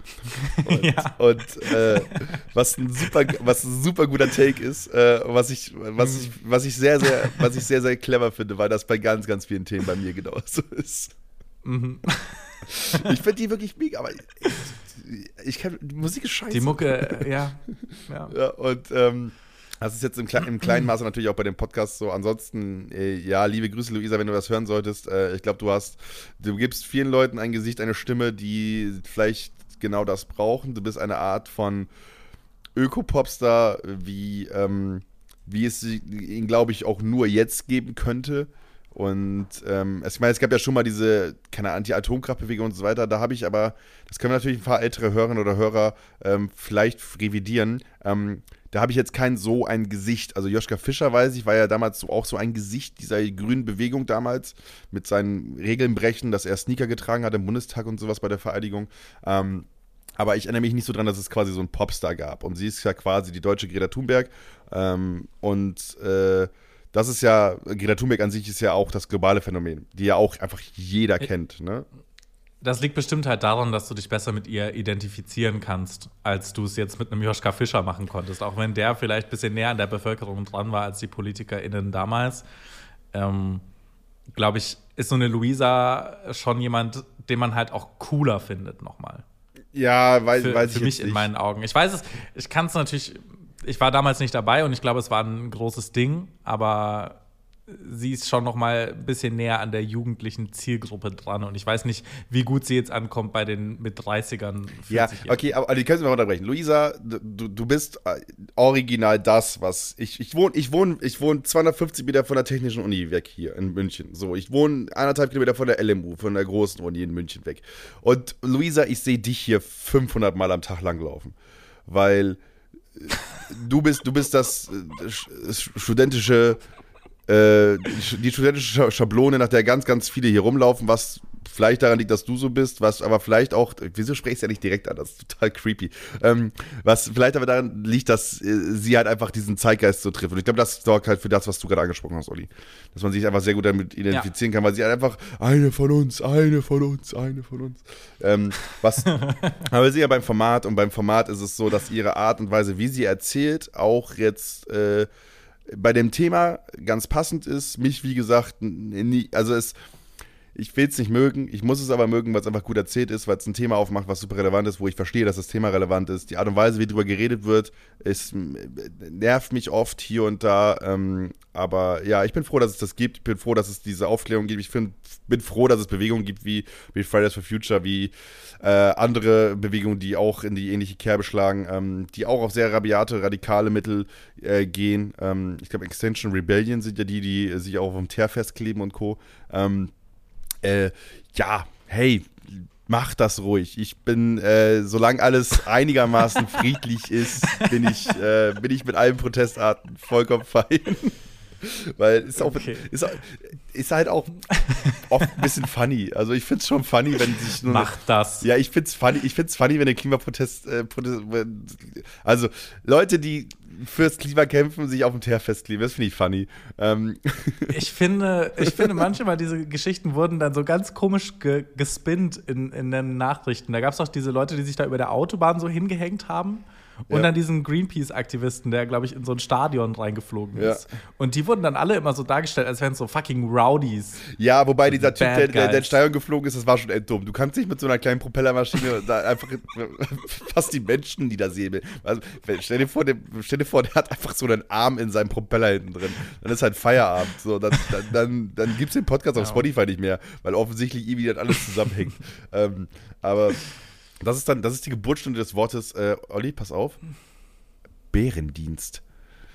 Was ein super guter Take ist, was ich sehr, sehr, sehr clever finde, weil das bei ganz, ganz vielen Themen bei mir genauso ist. Ich finde die wirklich mega, aber die Musik ist scheiße. Die Mucke, ja. Und das ist jetzt im kleinen Maße natürlich auch bei dem Podcast so. Ansonsten, liebe Grüße, Luisa, wenn du das hören solltest. Ich glaube, du gibst vielen Leuten ein Gesicht, eine Stimme, die vielleicht genau das brauchen. Du bist eine Art von Öko-Popstar, wie es ihn, glaube ich, auch nur jetzt geben könnte. Und ich meine, es gab ja schon mal diese, keine Anti-Atomkraftbewegung und so weiter, da habe ich aber, das können natürlich ein paar ältere Hörerinnen oder Hörer vielleicht revidieren, da habe ich jetzt kein so ein Gesicht, also Joschka Fischer, weiß ich, war ja damals auch so ein Gesicht dieser grünen Bewegung damals, mit seinen Regeln brechen, dass er Sneaker getragen hat im Bundestag und sowas bei der Vereidigung, Aber ich erinnere mich nicht so dran, dass es quasi so einen Popstar gab. Und sie ist ja quasi die deutsche Greta Thunberg. Das ist ja, Greta Thunberg an sich ist ja auch das globale Phänomen, die ja auch einfach jeder kennt, ne? Das liegt bestimmt halt daran, dass du dich besser mit ihr identifizieren kannst, als du es jetzt mit einem Joschka Fischer machen konntest. Auch wenn der vielleicht ein bisschen näher an der Bevölkerung dran war als die PolitikerInnen damals. Glaube ich, ist so eine Luisa schon jemand, den man halt auch cooler findet nochmal. Ja, weiß ich für mich jetzt in meinen Augen. Ich weiß es, ich kann es natürlich, ich war damals nicht dabei und ich glaube, es war ein großes Ding, aber sie ist schon noch mal ein bisschen näher an der jugendlichen Zielgruppe dran und ich weiß nicht, wie gut sie jetzt ankommt bei den mit 30ern, 40 Ja, okay, aber die können Sie mal unterbrechen. Luisa, du bist original das, was ich wohne 250 Meter von der Technischen Uni weg hier in München. So, ich wohne 1,5 Kilometer von der LMU, von der großen Uni in München weg. Und Luisa, ich sehe dich hier 500 Mal am Tag langlaufen, weil du bist das studentische die studentische Schablone, nach der ganz, ganz viele hier rumlaufen, was vielleicht daran liegt, dass du so bist, was aber vielleicht auch, wieso sprichst du ja nicht direkt an, das ist total creepy, was vielleicht aber daran liegt, dass sie halt einfach diesen Zeitgeist so trifft. Und ich glaube, das sorgt halt für das, was du gerade angesprochen hast, Olli. Dass man sich einfach sehr gut damit identifizieren kann, weil sie halt einfach eine von uns. Aber sie ja beim Format ist es so, dass ihre Art und Weise, wie sie erzählt, auch jetzt bei dem Thema ganz passend ist. Mich, wie gesagt, ich will es nicht mögen, ich muss es aber mögen, weil es einfach gut erzählt ist, weil es ein Thema aufmacht, was super relevant ist, wo ich verstehe, dass das Thema relevant ist. Die Art und Weise, wie drüber geredet wird, nervt mich oft hier und da. Aber ja, ich bin froh, dass es das gibt. Ich bin froh, dass es diese Aufklärung gibt. Ich bin froh, dass es Bewegungen gibt wie Fridays for Future, wie andere Bewegungen, die auch in die ähnliche Kerbe schlagen, die auch auf sehr rabiate, radikale Mittel gehen. Ich glaube, Extinction Rebellion sind ja die sich auch auf dem Teer festkleben und Co. Ja, hey, mach das ruhig. Ich bin, solange alles einigermaßen friedlich ist, bin ich mit allen Protestarten vollkommen fein. Weil ist halt auch oft ein bisschen funny. Also ich find's schon funny, wenn sich nur Mach das. Ja, ich find's funny, wenn der Klimaprotest also Leute, die fürs Klima kämpfen, sich auf dem Teer festkleben. Das finde ich funny. Ich finde manchmal diese Geschichten wurden dann so ganz komisch gespinnt in den Nachrichten. Da gab es doch diese Leute, die sich da über der Autobahn so hingehängt haben. Und dann diesen Greenpeace-Aktivisten, der, glaube ich, in so ein Stadion reingeflogen ist. Und die wurden dann alle immer so dargestellt, als wären es so fucking Rowdies. Ja, wobei dieser Typ, der in Stadion geflogen ist, das war schon enddumm. Du kannst nicht mit so einer kleinen Propellermaschine da einfach fast die Menschen niedersäbeln. Also, stell dir vor, der hat einfach so einen Arm in seinem Propeller hinten drin. Dann ist halt Feierabend. So, dann gibt es den Podcast auf Spotify nicht mehr, weil offensichtlich irgendwie das alles zusammenhängt. Aber das ist die Geburtsstunde des Wortes, Olli, pass auf, Bärendienst.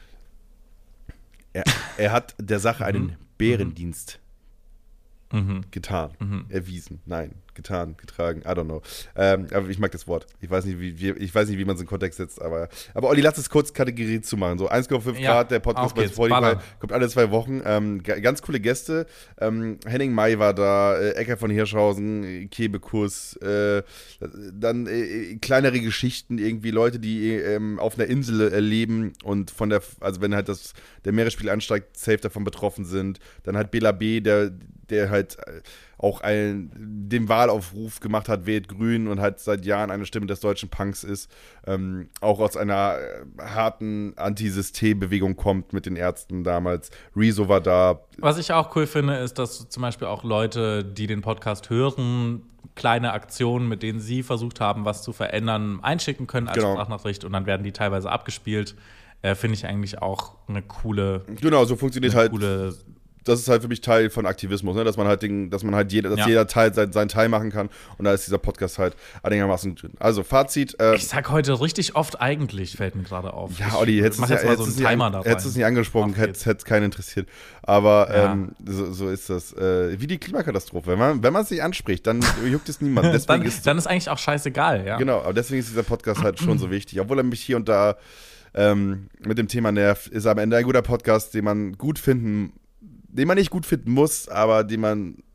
Er hat der Sache einen Bärendienst getan, erwiesen, nein, getan, getragen, I don't know. Aber ich mag das Wort. Ich weiß nicht, wie man es in Kontext setzt, aber Olli, lass es kurz Kategorie zumachen. So 1,5 Grad, der Podcast bei Spotify kommt alle 2 Wochen. Ganz coole Gäste. Henning May war da, Ecker von Hirschhausen, Kebekus, dann kleinere Geschichten, irgendwie Leute, die auf einer Insel leben und also wenn halt der Meeresspiegel ansteigt, safe davon betroffen sind. Dann halt Bela B., der halt auch den Wahlaufruf gemacht hat, wählt Grün und halt seit Jahren eine Stimme des deutschen Punks ist, auch aus einer harten Antisystembewegung kommt mit den Ärzten damals. Rezo war da. Was ich auch cool finde, ist, dass zum Beispiel auch Leute, die den Podcast hören, kleine Aktionen, mit denen sie versucht haben, was zu verändern, einschicken können als Sprachnachricht und dann werden die teilweise abgespielt. Finde ich eigentlich auch eine coole. Genau, so funktioniert halt. Das ist halt für mich Teil von Aktivismus, ne? dass jeder Teil seinen Teil machen kann und da ist dieser Podcast halt einigermaßen drin. Also Fazit. Ich sag heute richtig oft eigentlich, fällt mir gerade auf. Ja, Olli, hättest du es nicht angesprochen, hätte es keinen interessiert. Aber so ist das. Wie die Klimakatastrophe. Wenn man es nicht anspricht, dann juckt es niemand. Dann ist eigentlich auch scheißegal, ja. Genau, aber deswegen ist dieser Podcast halt schon so wichtig. Obwohl er mich hier und da mit dem Thema nervt, ist er am Ende ein guter Podcast, den man nicht gut finden muss, aber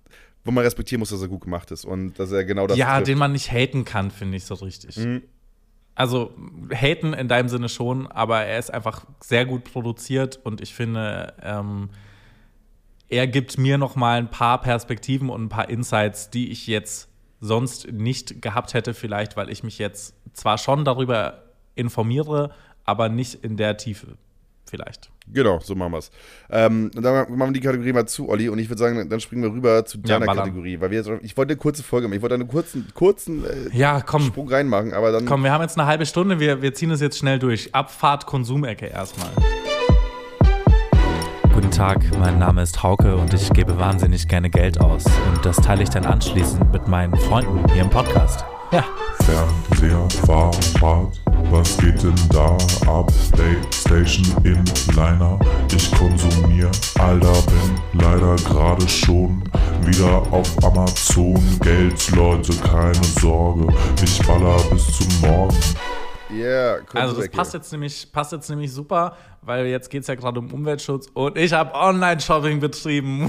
wo man respektieren muss, dass er gut gemacht ist und dass er genau das Ja, trifft. den man nicht haten kann, finde ich so richtig. Also, haten in deinem Sinne schon, aber er ist einfach sehr gut produziert und ich finde, er gibt mir noch mal ein paar Perspektiven und ein paar Insights, die ich jetzt sonst nicht gehabt hätte, vielleicht, weil ich mich jetzt zwar schon darüber informiere, aber nicht in der Tiefe, vielleicht. Genau, so machen wir es. Und dann machen wir die Kategorie mal zu, Olli, und ich würde sagen, dann springen wir rüber zu deiner ballern. Kategorie, weil ich wollte eine kurze Folge machen, ich wollte einen kurzen Ja, komm, Sprung reinmachen, aber dann wir haben jetzt eine halbe Stunde, wir ziehen es jetzt schnell durch. Abfahrt, Konsumecke erstmal. Guten Tag, mein Name ist Hauke und ich gebe wahnsinnig gerne Geld aus. Und das teile ich dann anschließend mit meinen Freunden hier im Podcast. Ja. Fernseher, Fahrrad, was geht denn da ab? Playstation in Liner, ich konsumier, Alter, bin leider gerade schon wieder auf Amazon. Geld, Leute, keine Sorge, ich baller bis zum Morgen. Also das passt jetzt nämlich super, weil jetzt geht es ja gerade um Umweltschutz und ich habe Online-Shopping betrieben.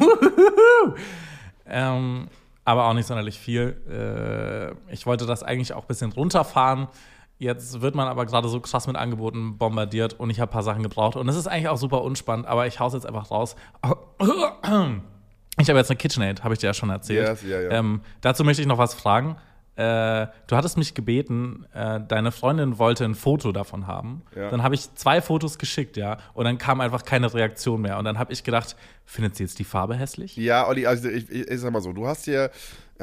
Aber auch nicht sonderlich viel. Ich wollte das eigentlich auch ein bisschen runterfahren. Jetzt wird man aber gerade so krass mit Angeboten bombardiert und ich habe ein paar Sachen gebraucht. Und es ist eigentlich auch super unspannend, aber ich hau's jetzt einfach raus. Ich habe jetzt eine KitchenAid, habe ich dir ja schon erzählt. Yes, ja. Dazu möchte ich noch was fragen. Du hattest mich gebeten, deine Freundin wollte ein Foto davon haben. Ja. Dann habe ich 2 Fotos geschickt, ja. Und dann kam einfach keine Reaktion mehr. Und dann habe ich gedacht, findet sie jetzt die Farbe hässlich? Ja, Olli, also ich sag mal so, du hast dir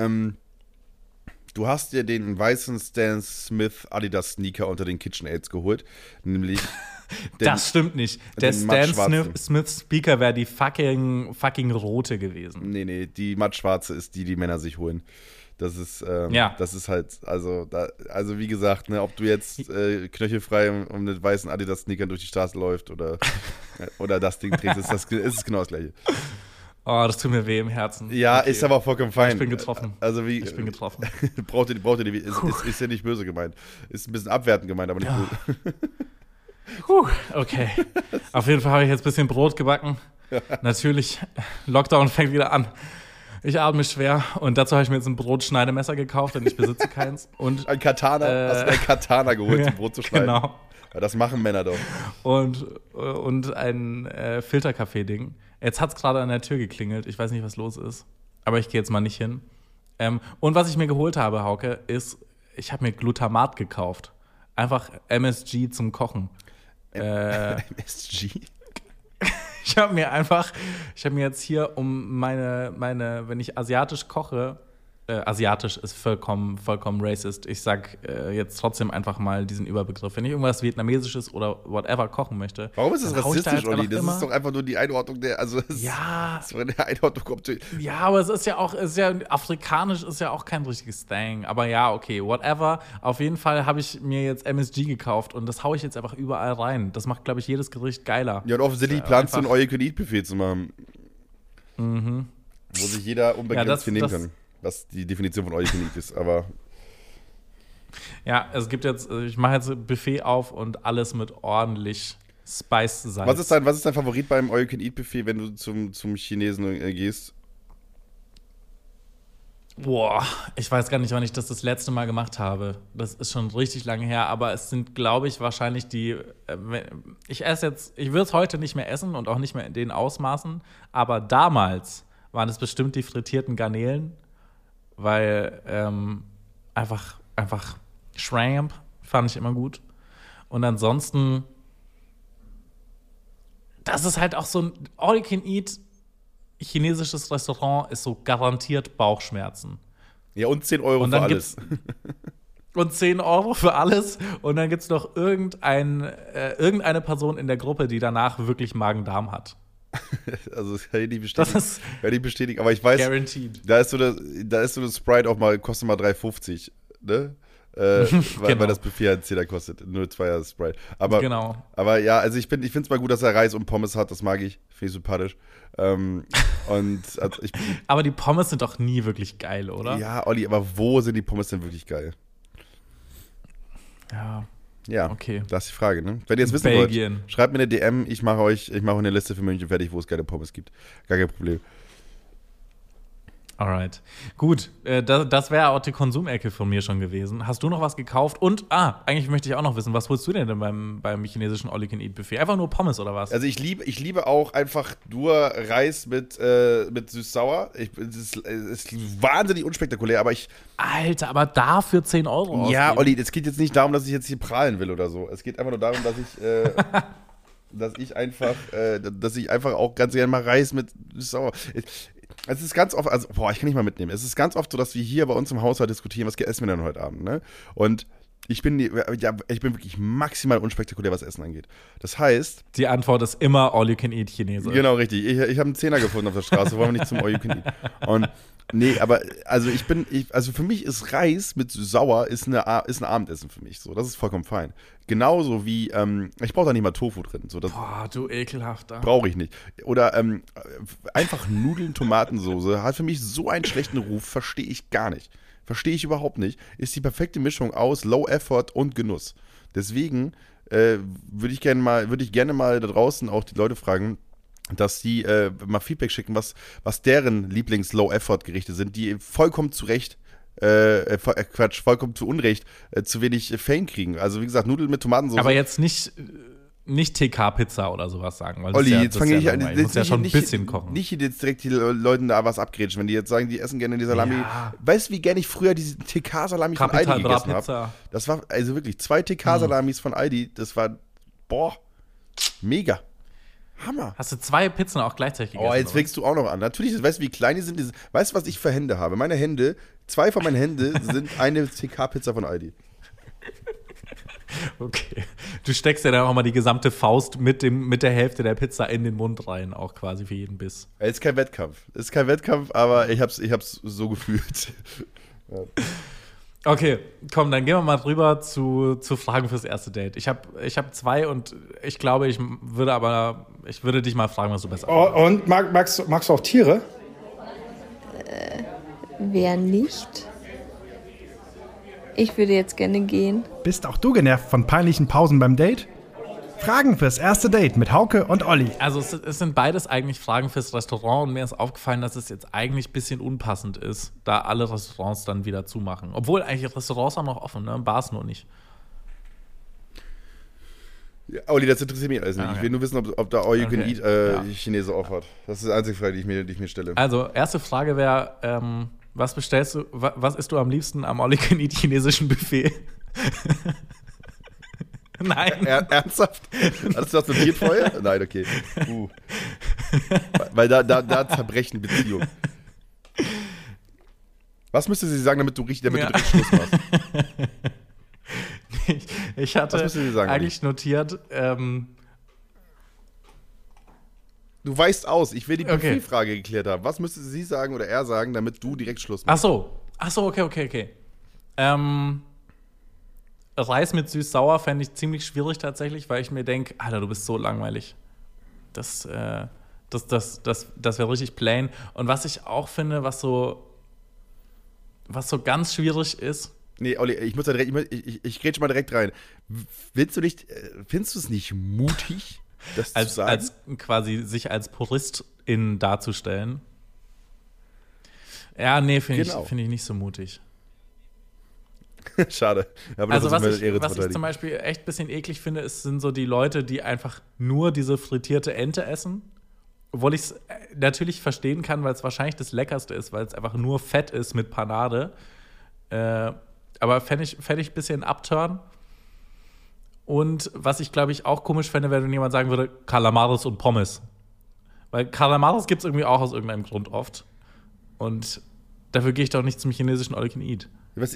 den weißen Stan Smith Adidas Sneaker unter den KitchenAids geholt, nämlich das stimmt nicht. Der den Stan mattschwarzen. Smith Speaker wäre die fucking rote gewesen. Nee, die mattschwarze ist die Männer sich holen. Das ist, das ist halt, also wie gesagt, ne, ob du jetzt knöchelfrei um mit weißen Adidas-Sneakern durch die Straße läuft oder das Ding trägst, ist genau das Gleiche. Oh, das tut mir weh im Herzen. Ja, Okay. ist aber vollkommen fein. Ich bin getroffen. Also Ich bin getroffen. braucht ihr ist ja nicht böse gemeint. Ist ein bisschen abwertend gemeint, aber nicht gut. Okay. Auf jeden Fall habe ich jetzt ein bisschen Brot gebacken. Natürlich, Lockdown fängt wieder an. Ich atme schwer und dazu habe ich mir jetzt ein Brotschneidemesser gekauft, denn ich besitze keins. Und Ein Katana, hast du ein Katana geholt, zum Brot zu schneiden? Genau. Ja, das machen Männer doch. Und ein Filterkaffee-Ding. Jetzt hat es gerade an der Tür geklingelt. Ich weiß nicht, was los ist. Aber ich gehe jetzt mal nicht hin. Und was ich mir geholt habe, Hauke, ist, ich habe mir Glutamat gekauft. Einfach MSG zum Kochen. MSG? Ich habe mir jetzt hier um meine, wenn ich asiatisch koche, asiatisch ist vollkommen racist. Ich sag jetzt trotzdem einfach mal diesen Überbegriff. Wenn ich irgendwas Vietnamesisches oder whatever kochen möchte. Warum ist das dann hau ich da rassistisch, jetzt Olli? Das einfach ist doch einfach nur die Einordnung der, also Ja. das war eine Einordnung kommt. Ja, aber es ist ja afrikanisch ist ja auch kein richtiges Thing. Aber ja, okay, whatever. Auf jeden Fall habe ich mir jetzt MSG gekauft und das haue ich jetzt einfach überall rein. Das macht, glaube ich, jedes Gericht geiler. Ja, und offensichtlich planst du ein All-You-Can-Eat-Buffet zu machen. Wo sich jeder unbegrenzt für nehmen kann. Was die Definition von All-You-Can-Eat ist, aber Ja, es gibt jetzt, ich mache jetzt ein Buffet auf und alles mit ordentlich Spice-Salz. was ist dein Favorit beim All-You-Can-Eat-Buffet, wenn du zum Chinesen gehst? Boah, ich weiß gar nicht, wann ich das letzte Mal gemacht habe. Das ist schon richtig lange her, aber es sind, glaube ich, wahrscheinlich die. Ich würde es heute nicht mehr essen und auch nicht mehr in den Ausmaßen, aber damals waren es bestimmt die frittierten Garnelen, weil einfach Shrimp fand ich immer gut. Und ansonsten, das ist halt auch so ein All-You-Can-Eat. Chinesisches Restaurant ist so garantiert Bauchschmerzen. Ja, und 10 Euro Und für dann alles. Und 10 Euro für alles. Und dann gibt es noch irgendeine Person in der Gruppe, die danach wirklich Magen-Darm hat. Also das kann ich nicht Das bestätigen. ist Kann ich bestätigen, aber ich weiß, guaranteed. da ist so das Sprite auch mal, kostet mal 3,50, ne? Weil das Buffet halt 10er kostet. 0,2er Sprite. Aber, Genau. aber ja, also ich finde es mal gut, dass er Reis und Pommes hat, das mag ich. Finde ich sympathisch. Und also Aber die Pommes sind doch nie wirklich geil, oder? ja, Olli, aber wo sind die Pommes denn wirklich geil? Ja. Ja, Okay. das ist die Frage, ne? Wenn ihr jetzt wissen Belgien. wollt, schreibt mir eine DM, ich mache eine Liste für München fertig, wo es geile Pommes gibt. Gar kein Problem. Alright. Gut, das wäre auch die Konsumecke von mir schon gewesen. Hast du noch was gekauft? Und, eigentlich möchte ich auch noch wissen, was holst du denn beim chinesischen All-You-Can-Eat-Buffet? Einfach nur Pommes oder was? Also ich liebe auch einfach nur Reis mit süß-sauer. Es ist wahnsinnig unspektakulär, aber Alter, aber dafür 10 Euro Ja, ausgeben. Olli, es geht jetzt nicht darum, dass ich jetzt hier prahlen will oder so. Es geht einfach nur darum, dass ich einfach auch ganz gerne mal Reis mit süß-sauer. Es ist ganz oft, also, ich kann nicht mal mitnehmen. Es ist ganz oft so, dass wir hier bei uns im Haushalt diskutieren, was essen wir denn heute Abend, ne? Und ich bin wirklich maximal unspektakulär, was Essen angeht. Das heißt. Die Antwort ist immer All-You-Can-Eat Chinese. Genau, richtig. Ich habe einen Zehner gefunden auf der Straße, wollen wir nicht zum All-You-Can-Eat. Und nee, aber also für mich ist Reis mit sauer ist ein Abendessen für mich. So, das ist vollkommen fein. Genauso wie, ich brauche da nicht mal Tofu drin. So, das Boah, du ekelhafter. brauche ich nicht. Oder einfach Nudeln, Tomatensoße hat für mich so einen schlechten Ruf, verstehe ich gar nicht. Verstehe ich überhaupt nicht. Ist die perfekte Mischung aus Low Effort und Genuss. Deswegen würde ich gerne mal da draußen auch die Leute fragen, dass die mal Feedback schicken, was deren Lieblings-Low-Effort-Gerichte sind, die vollkommen zu Recht, vollkommen zu Unrecht zu wenig Fame kriegen. Also wie gesagt, Nudeln mit Tomatensauce. Aber jetzt nicht TK-Pizza oder sowas sagen. Weil Olli, das jetzt fange ich an. Ich muss ja schon ein bisschen kochen. Nicht jetzt direkt die Leuten da was abgrätschen, wenn die jetzt sagen, die essen gerne die Salami. Ja. Weißt du, wie gerne ich früher diese TK-Salami von Aldi Capital Bra gegessen habe? Pizza. Das war also wirklich 2 TK-Salamis von Aldi. Das war, mega. Hammer. Hast du 2 Pizzen auch gleichzeitig gegessen? Jetzt fängst du auch noch an. Natürlich, weißt du, wie klein die sind? Weißt du, was ich für Hände habe? Meine Hände, 2 von meinen Händen sind eine TK-Pizza von Aldi. Okay. Du steckst ja dann auch mal die gesamte Faust mit der Hälfte der Pizza in den Mund rein, auch quasi für jeden Biss. Es ist kein Wettkampf. Aber ich hab's so gefühlt. Ja. Okay, komm, dann gehen wir mal drüber zu Fragen fürs erste Date. Ich hab 2 und ich glaube, ich würde dich mal fragen, was du besser findest. Und magst du auch Tiere? Wer nicht? Ich würde jetzt gerne gehen. Bist auch du genervt von peinlichen Pausen beim Date? Fragen fürs erste Date mit Hauke und Olli. Also es sind beides eigentlich Fragen fürs Restaurant und mir ist aufgefallen, dass es jetzt eigentlich ein bisschen unpassend ist, da alle Restaurants dann wieder zumachen. Obwohl eigentlich Restaurants auch noch offen, ne? Bars nur nicht. Ja, Olli, das interessiert mich alles nicht. Okay. Ich will nur wissen, ob da All You Can Eat Ja. Chinese auf hat. Das ist die einzige Frage, die ich mir stelle. Also, erste Frage wäre, was bestellst du, was isst du am liebsten am All You Can Eat chinesischen Buffet? Nein. Ernsthaft? Hattest du das notiert vorher? Nein, okay. Weil da zerbrechen Beziehungen. Was müsste sie sagen, damit du direkt Schluss machst? Ich hatte Was müsste sie sagen, eigentlich notiert, Du weißt aus. Ich will die Okay. Buffet-Frage geklärt haben. Was müsste sie sagen oder er sagen, damit du direkt Schluss machst? Ach so, okay. Reis mit süß-sauer fände ich ziemlich schwierig tatsächlich, weil ich mir denke, Alter, du bist so langweilig. Das wäre richtig plain. Und was ich auch finde, was so ganz schwierig ist. Nee, Olli, ich muss da direkt, ich grätsch mal direkt rein. Findest du es nicht mutig, das zu sagen? Als quasi sich als Puristin darzustellen. Ja, nee, finde ich nicht so mutig. Schade. Aber Also das was ist meine Ehre zu ich verteidigen. zum Beispiel echt ein bisschen eklig finde, sind so die Leute, die einfach nur diese frittierte Ente essen. Obwohl ich es natürlich verstehen kann, weil es wahrscheinlich das Leckerste ist, weil es einfach nur Fett ist mit Panade. Aber fände ich ein bisschen Upturn. Und was ich, glaube ich, auch komisch fände, wenn jemand sagen würde, Kalamaris und Pommes. Weil Kalamaris gibt es irgendwie auch aus irgendeinem Grund oft. Und dafür gehe ich doch nicht zum chinesischen All You Can Eat.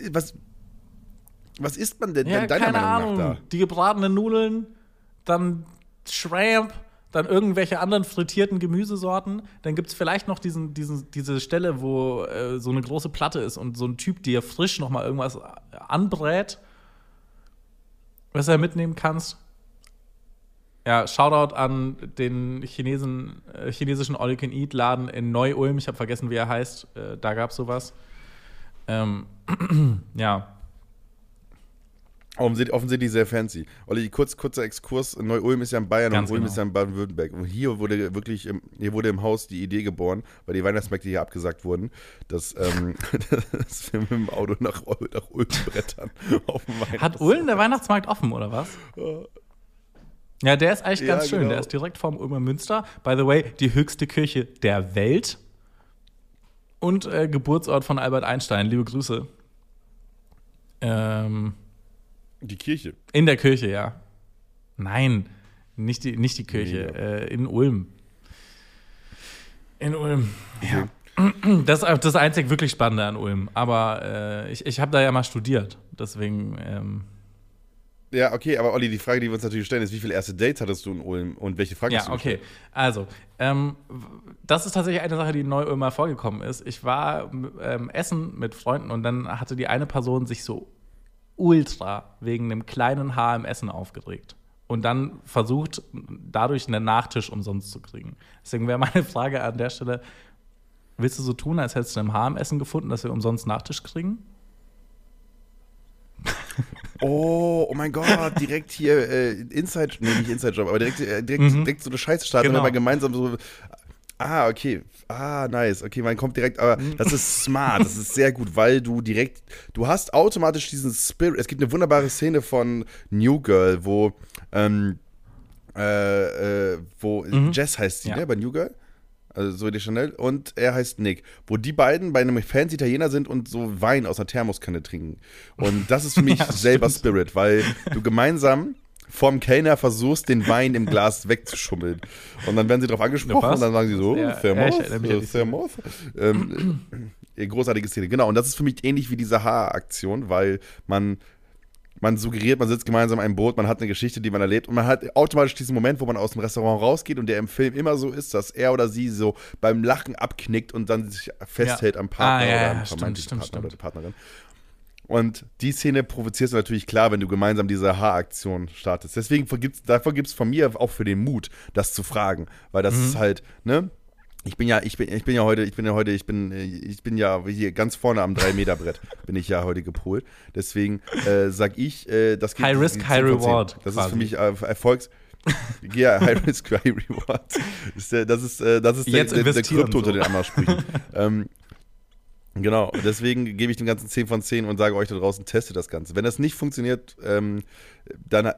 Was isst man denn Ja, deiner keine Meinung nach Ahnung. da? Die gebratenen Nudeln, dann Shrimp, dann irgendwelche anderen frittierten Gemüsesorten. Dann gibt es vielleicht noch diese Stelle, wo so eine große Platte ist und so ein Typ dir frisch noch mal irgendwas anbrät, was du mitnehmen kannst. Ja, Shoutout an den chinesischen All-You-Can-Eat-Laden in Neu-Ulm. Ich habe vergessen, wie er heißt. Da gab es sowas. Ja. Offensittlich sehr fancy. Olli, kurzer Exkurs. Neu-Ulm ist ja in Bayern Ganz und Ulm genau. ist ja in Baden-Württemberg. Und hier wurde im Haus die Idee geboren, weil die Weihnachtsmärkte hier abgesagt wurden, dass wir mit dem Auto nach Ulm brettern. Auf dem Hat Ulm der Weihnachtsmarkt offen, oder was? Ja, der ist eigentlich ganz schön. genau. Der ist direkt vorm Ulmer Münster. By the way, die höchste Kirche der Welt. Und Geburtsort von Albert Einstein. Liebe Grüße. Die Kirche. In der Kirche, ja. Nein, nicht die Kirche. In Ulm. In Ulm, ja. Das ist das einzig wirklich Spannende an Ulm. Aber ich habe da ja mal studiert. Deswegen. Ja, okay, aber Olli, die Frage, die wir uns natürlich stellen, ist, wie viele erste Dates hattest du in Ulm und welche Frage hast Ja, du okay. gestellt? Also, das ist tatsächlich eine Sache, die in Neu-Ulm mal vorgekommen ist. Ich war essen mit Freunden und dann hatte die eine Person sich so ultra wegen einem kleinen Haar im Essen aufgeregt. Und dann versucht, dadurch einen Nachtisch umsonst zu kriegen. Deswegen wäre meine Frage an der Stelle: Willst du so tun, als hättest du ein Haar im Essen gefunden, dass wir umsonst Nachtisch kriegen? Oh mein Gott, direkt hier nicht Inside-Job, aber direkt so eine Scheiße starten, Genau. wenn man gemeinsam so. Okay. Nice. Okay, man kommt direkt, aber das ist smart, das ist sehr gut, weil du hast automatisch diesen Spirit. Es gibt eine wunderbare Szene von New Girl, wo Jess heißt sie, Ja. ne, bei New Girl? Also so die Chanel und er heißt Nick, wo die beiden bei einem fancy Italiener sind und so Wein aus einer Thermoskanne trinken. Und das ist für mich selber Spirit, weil du gemeinsam vom Kellner versuchst, den Wein im Glas wegzuschummeln. Und dann werden sie darauf angesprochen und dann sagen sie so, Ja, Thermos, ich erinnere mich an die Thermos. Großartige Szene. Genau, und das ist für mich ähnlich wie diese Haaraktion, weil man suggeriert, man sitzt gemeinsam in einem Boot, man hat eine Geschichte, die man erlebt und man hat automatisch diesen Moment, wo man aus dem Restaurant rausgeht und der im Film immer so ist, dass er oder sie so beim Lachen abknickt und dann sich festhält am Partner oder am vermeintlichen Partner oder der Partnerin. Und die Szene provozierst du natürlich klar, wenn du gemeinsam diese Haaraktion startest. Deswegen davor gibt's von mir auch für den Mut, das zu fragen, weil das ist halt, ne? Ich bin ja hier ganz vorne am 3-Meter-Brett, bin ich ja heute gepolt. Deswegen sag ich, das geht High Risk, High Reward. Das quasi. ist für mich Ja, High Risk, High Reward. Das ist der Krypto unter den Anmachsprüchen. Genau, deswegen gebe ich dem Ganzen 10 von 10 und sage euch da draußen, testet das Ganze. Wenn das nicht funktioniert, dann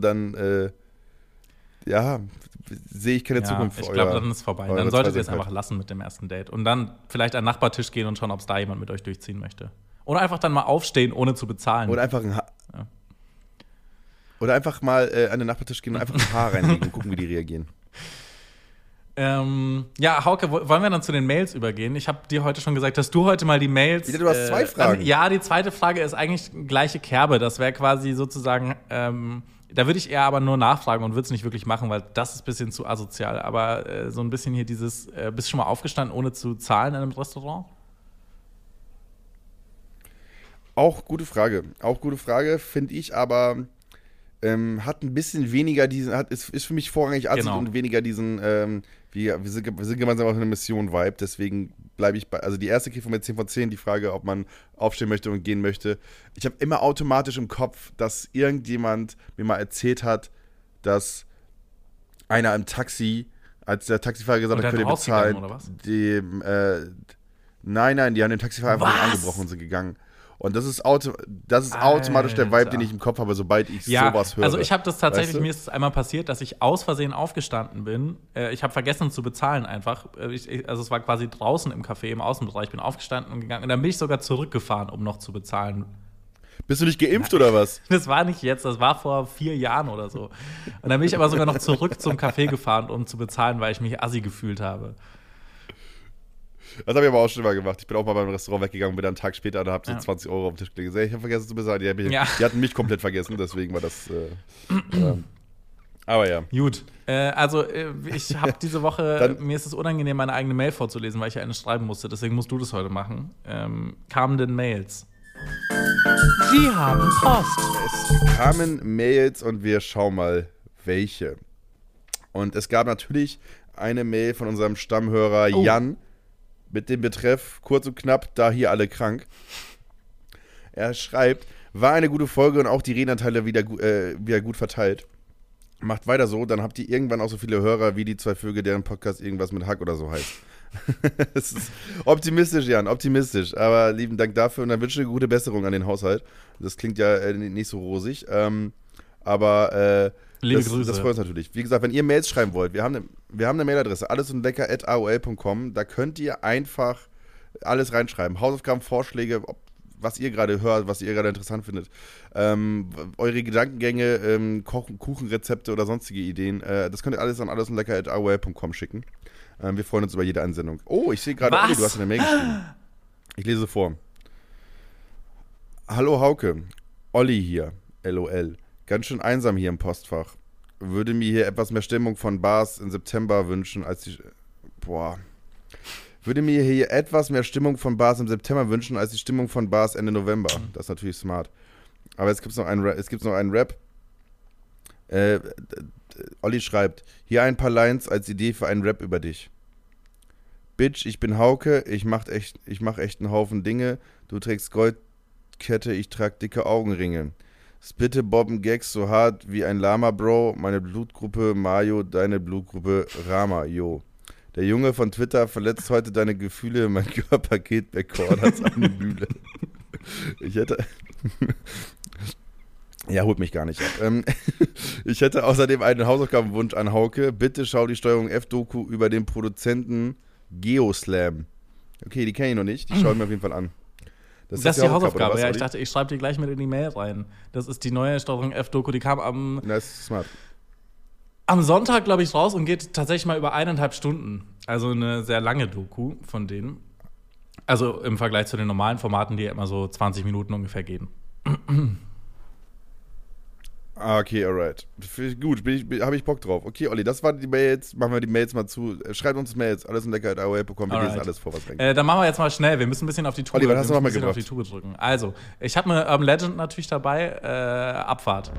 sehe ich keine Zukunft für euch. euch. Ich glaube, dann ist es vorbei. Dann solltet ihr es einfach lassen mit dem ersten Date. Und dann vielleicht an den Nachbartisch gehen und schauen, ob es da jemand mit euch durchziehen möchte. Oder einfach dann mal aufstehen, ohne zu bezahlen. Oder einfach mal an den Nachbartisch gehen und einfach ein Haar reinlegen und gucken, wie die reagieren. Ja, Hauke, wollen wir dann zu den Mails übergehen? Ich habe dir heute schon gesagt, dass du heute mal die Mails. Du hast 2 Fragen. Ja, die zweite Frage ist eigentlich gleiche Kerbe. Das wäre quasi sozusagen, da würde ich eher aber nur nachfragen und würde es nicht wirklich machen, weil das ist ein bisschen zu asozial. Aber so ein bisschen hier dieses, bist du schon mal aufgestanden, ohne zu zahlen in einem Restaurant? Auch gute Frage, finde ich, aber hat ein bisschen weniger ist für mich vorrangig Assi und weniger diesen, wir sind gemeinsam auf einer Mission-Vibe, deswegen bleibe ich also die erste kriegt von mir 10 von 10, die Frage, ob man aufstehen möchte und gehen möchte. Ich habe immer automatisch im Kopf, dass irgendjemand mir mal erzählt hat, dass einer im Taxi, als der Taxifahrer gesagt hat, könnt ihr bezahlen, oder was? Nein, die haben den Taxifahrer einfach nur angebrochen und sind gegangen. Und das ist automatisch der Vibe, den ich im Kopf habe, sobald ich sowas höre. Also ich habe das tatsächlich, weißt du? mir ist es einmal passiert, dass ich aus Versehen aufgestanden bin. Ich habe vergessen zu bezahlen einfach. Also es war quasi draußen im Café, im Außenbereich. Ich bin aufgestanden und gegangen. Und dann bin ich sogar zurückgefahren, um noch zu bezahlen. Bist du nicht geimpft oder was? Das war nicht jetzt, das war vor 4 Jahren oder so. Und dann bin ich aber sogar noch zurück zum Café gefahren, um zu bezahlen, weil ich mich assi gefühlt habe. Das habe ich aber auch schon mal gemacht. Ich bin auch mal beim Restaurant weggegangen, bin dann einen Tag später und habe so 20 Euro auf den Tisch gelegt. Ich habe vergessen zu bezahlen. Die hatten mich komplett vergessen, deswegen war das. Aber ja. Gut. Ich habe diese Woche, mir ist es unangenehm, meine eigene Mail vorzulesen, weil ich ja eine schreiben musste. Deswegen musst du das heute machen. Kamen denn Mails? Sie haben Post. Es kamen Mails und wir schauen mal, welche. Und es gab natürlich eine Mail von unserem Stammhörer Jan mit dem Betreff, kurz und knapp, da hier alle krank. Er schreibt, war eine gute Folge und auch die Redenanteile wieder gut verteilt. Macht weiter so, dann habt ihr irgendwann auch so viele Hörer wie die 2 Vögel, deren Podcast irgendwas mit Hack oder so heißt. Es ist optimistisch, Jan, optimistisch. Aber lieben Dank dafür und dann wünsche ich eine gute Besserung an den Haushalt. Das klingt ja nicht so rosig. Aber Liebe Grüße. Das freut uns natürlich. Wie gesagt, wenn ihr Mails schreiben wollt, wir haben eine Mailadresse, allesundlecker@aol.com. Da könnt ihr einfach alles reinschreiben. Hausaufgaben, Vorschläge, was ihr gerade hört, was ihr gerade interessant findet. Eure Gedankengänge, Kuchenrezepte oder sonstige Ideen. Das könnt ihr alles an allesundlecker@aol.com schicken. Wir freuen uns über jede Ansendung. Oh, ich sehe gerade, Olli, du hast eine Mail geschrieben. Ich lese vor. Hallo Hauke, Olli hier, LOL. Ganz schön einsam hier im Postfach. Würde mir hier etwas mehr Stimmung von Bars im September wünschen, als die... Würde mir hier etwas mehr Stimmung von Bars im September wünschen, als die Stimmung von Bars Ende November. Das ist natürlich smart. Aber es gibt noch einen Rap. Olli schreibt, hier ein paar Lines als Idee für einen Rap über dich. Bitch, ich bin Hauke, ich mach echt einen Haufen Dinge. Du trägst Goldkette, ich trag dicke Augenringe. Spitte Bobben Gags so hart wie ein Lama, Bro. Meine Blutgruppe Mayo, deine Blutgruppe Rama, yo. Der Junge von Twitter verletzt heute deine Gefühle. Mein Körper geht backcourt als eine Mühle. Ich hätte... Ja, holt mich gar nicht ab. Ich hätte außerdem einen Hausaufgabenwunsch an Hauke. Bitte schau die Steuerung F-Doku über den Produzenten Geoslam. Okay, die kenne ich noch nicht. Die schaue ich mir auf jeden Fall an. Das ist die Hausaufgabe. Ja, ich dachte, ich schreibe die gleich mit in die Mail rein. Das ist die neue Steuerung F-Doku. Die kam Das ist smart. Am Sonntag, glaube ich, raus und geht tatsächlich mal über 1,5 Stunden. Also eine sehr lange Doku von denen. Also im Vergleich zu den normalen Formaten, die ja immer so 20 Minuten ungefähr gehen. Okay, alright. Gut, habe ich Bock drauf. Okay, Olli, das waren die Mails. Machen wir die Mails mal zu. Schreibt uns Mails. Alles in Lecker@aol bekommen. Wir lesen alles vor, was reingeht. Dann machen wir jetzt mal schnell. Wir müssen ein bisschen auf die Tube Olli, was hast du noch mal gebracht? Auf die Tube drücken. Also, ich habe eine Urban Legend natürlich dabei. Abfahrt.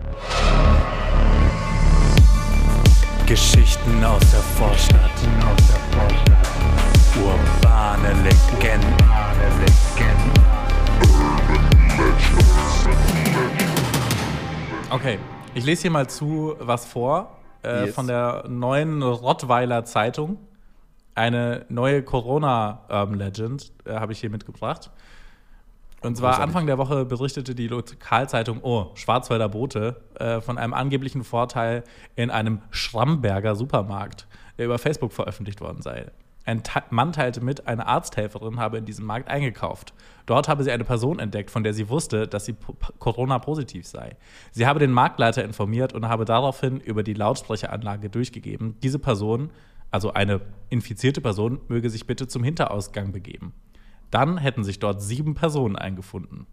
Geschichten aus der Vorstadt. Urbane Legenden. Okay, ich lese hier mal was vor von der neuen Rottweiler Zeitung. Eine neue Corona-Legend habe ich hier mitgebracht. Und zwar Anfang der Woche berichtete die Lokalzeitung Schwarzwälder Bote von einem angeblichen Vorteil in einem Schramberger Supermarkt, der über Facebook veröffentlicht worden sei. Ein Mann teilte mit, eine Arzthelferin habe in diesem Markt eingekauft. Dort habe sie eine Person entdeckt, von der sie wusste, dass sie Corona-positiv sei. Sie habe den Marktleiter informiert und habe daraufhin über die Lautsprecheranlage durchgegeben, diese Person, also eine infizierte Person, möge sich bitte zum Hinterausgang begeben. Dann hätten sich dort 7 Personen eingefunden.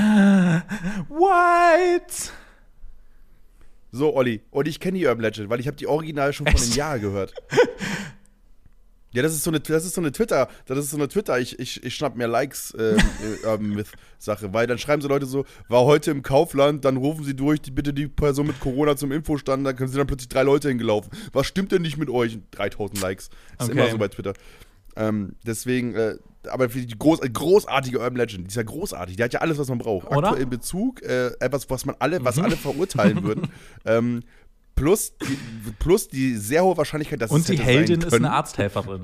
What? So, Olli. Und ich kenne die Urban Legend, weil ich habe die Original schon vor einem Jahr gehört. Ja, das ist so eine Twitter, ich schnapp mir Likes Myth-Sache, weil dann schreiben so Leute so, war heute im Kaufland, dann rufen sie durch, bitte die Person mit Corona zum Infostand, dann sind dann plötzlich 3 Leute hingelaufen. Was stimmt denn nicht mit euch? 3000 Likes. Das ist immer so bei Twitter. Deswegen, aber für die großartige Urban Legend, die ist ja großartig, die hat ja alles, was man braucht. Oder? Aktuell Bezug, etwas, was alle verurteilen würden. Plus die sehr hohe Wahrscheinlichkeit, dass und es hätte die Heldin sein ist eine Arzthelferin.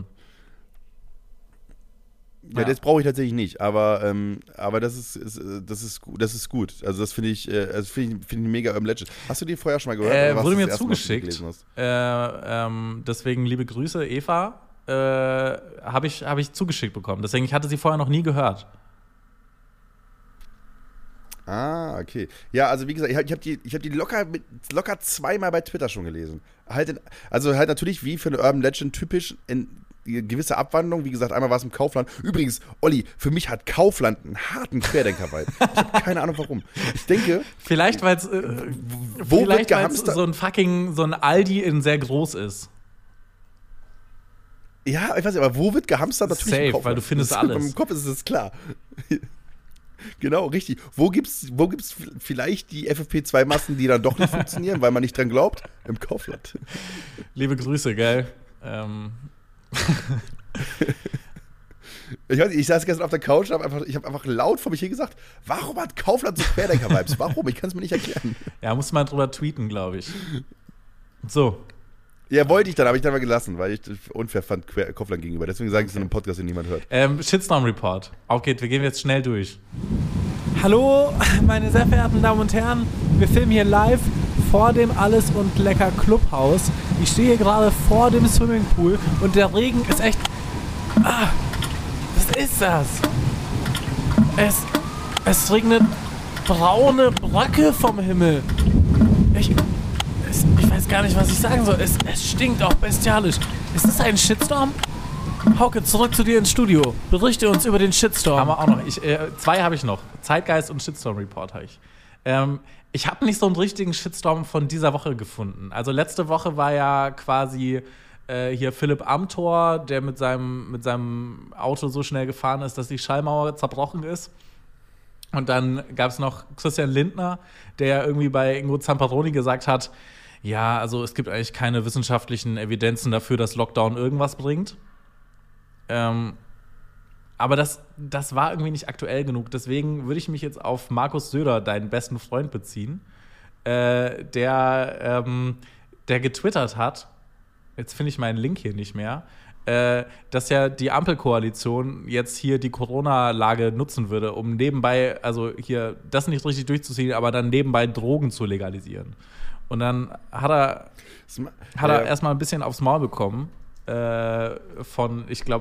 Ja, das brauche ich tatsächlich nicht, aber das ist gut. Also das finde ich mega Urban Legend. Hast du die vorher schon mal gehört? Oder Wurde mir das zugeschickt. Deswegen liebe Grüße, Eva. Habe ich zugeschickt bekommen. Deswegen, ich hatte sie vorher noch nie gehört. Ah, okay. Ja, also wie gesagt, ich hab die locker zweimal bei Twitter schon gelesen. Also natürlich wie für eine Urban Legend typisch in gewisse Abwandlung. Wie gesagt, einmal war es im Kaufland. Übrigens, Olli, für mich hat Kaufland einen harten Querdenker-Vibe. Ich habe keine Ahnung warum. Ich denke, vielleicht weil es so ein Aldi in sehr groß ist. Ja, ich weiß nicht, aber wo wird gehamstert? Natürlich safe, im Kaufland. weil du findest alles. Im Kopf ist es klar. Genau, richtig. Wo gibt's vielleicht die FFP2-Masken, die dann doch nicht funktionieren, weil man nicht dran glaubt? Im Kaufland. Liebe Grüße, gell? Ich saß gestern auf der Couch und ich habe einfach laut vor mich hier gesagt, warum hat Kaufland so Querdenker-Vibes? Warum? Ich kann es mir nicht erklären. Ja, muss man drüber tweeten, glaube ich. So. Ja, wollte ich dann, habe ich dann mal gelassen, weil ich unfair fand Kaufland gegenüber. Deswegen sage ich es in einem Podcast, den niemand hört. Shitstorm Report. Auf geht's, wir gehen jetzt schnell durch. Hallo, meine sehr verehrten Damen und Herren. Wir filmen hier live vor dem Alles und Lecker Clubhaus. Ich stehe hier gerade vor dem Swimmingpool und der Regen ist echt... was ist das? Es regnet braune Bröcke vom Himmel. Ich weiß gar nicht, was ich sagen soll. Es stinkt auch bestialisch. Ist das ein Shitstorm? Hauke, zurück zu dir ins Studio. Berichte uns über den Shitstorm. Haben wir auch noch. Zwei habe ich noch. Zeitgeist und Shitstorm Report habe ich. Ich habe nicht so einen richtigen Shitstorm von dieser Woche gefunden. Also letzte Woche war ja quasi hier Philipp Amthor, der mit seinem Auto so schnell gefahren ist, dass die Schallmauer zerbrochen ist. Und dann gab es noch Christian Lindner, der irgendwie bei Ingo Zamperoni gesagt hat, ja, also es gibt eigentlich keine wissenschaftlichen Evidenzen dafür, dass Lockdown irgendwas bringt. Aber das war irgendwie nicht aktuell genug. Deswegen würde ich mich jetzt auf Markus Söder, deinen besten Freund, beziehen, der getwittert hat, jetzt finde ich meinen Link hier nicht mehr, dass ja die Ampelkoalition jetzt hier die Corona-Lage nutzen würde, um nebenbei, also hier das nicht richtig durchzuziehen, aber dann nebenbei Drogen zu legalisieren. Und dann hat er erstmal ein bisschen aufs Maul bekommen von, ich glaube,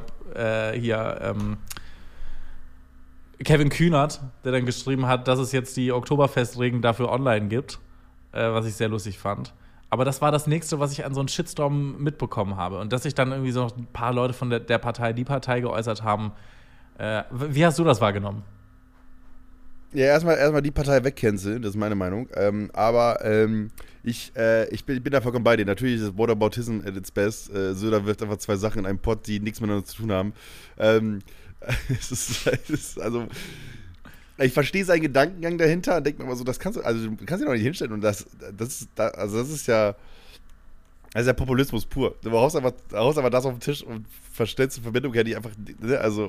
Kevin Kühnert, der dann geschrieben hat, dass es jetzt die Oktoberfestregeln dafür online gibt, was ich sehr lustig fand. Aber das war das Nächste, was ich an so einem Shitstorm mitbekommen habe. Und dass sich dann irgendwie so noch ein paar Leute von der Partei, die Partei geäußert haben. Wie hast du das wahrgenommen? Ja, erstmal die Partei wegcanceln, das ist meine Meinung. Ich bin da vollkommen bei dir. Natürlich ist Whataboutism at its best. Söder wirft einfach zwei Sachen in einen Pott, die nichts miteinander zu tun haben. Also, ich verstehe seinen Gedankengang dahinter und denke mir immer so, du kannst dich doch nicht hinstellen. Und das ist ja Populismus pur. Du haust einfach das auf den Tisch und verstellst die Verbindung her, die einfach, ne, also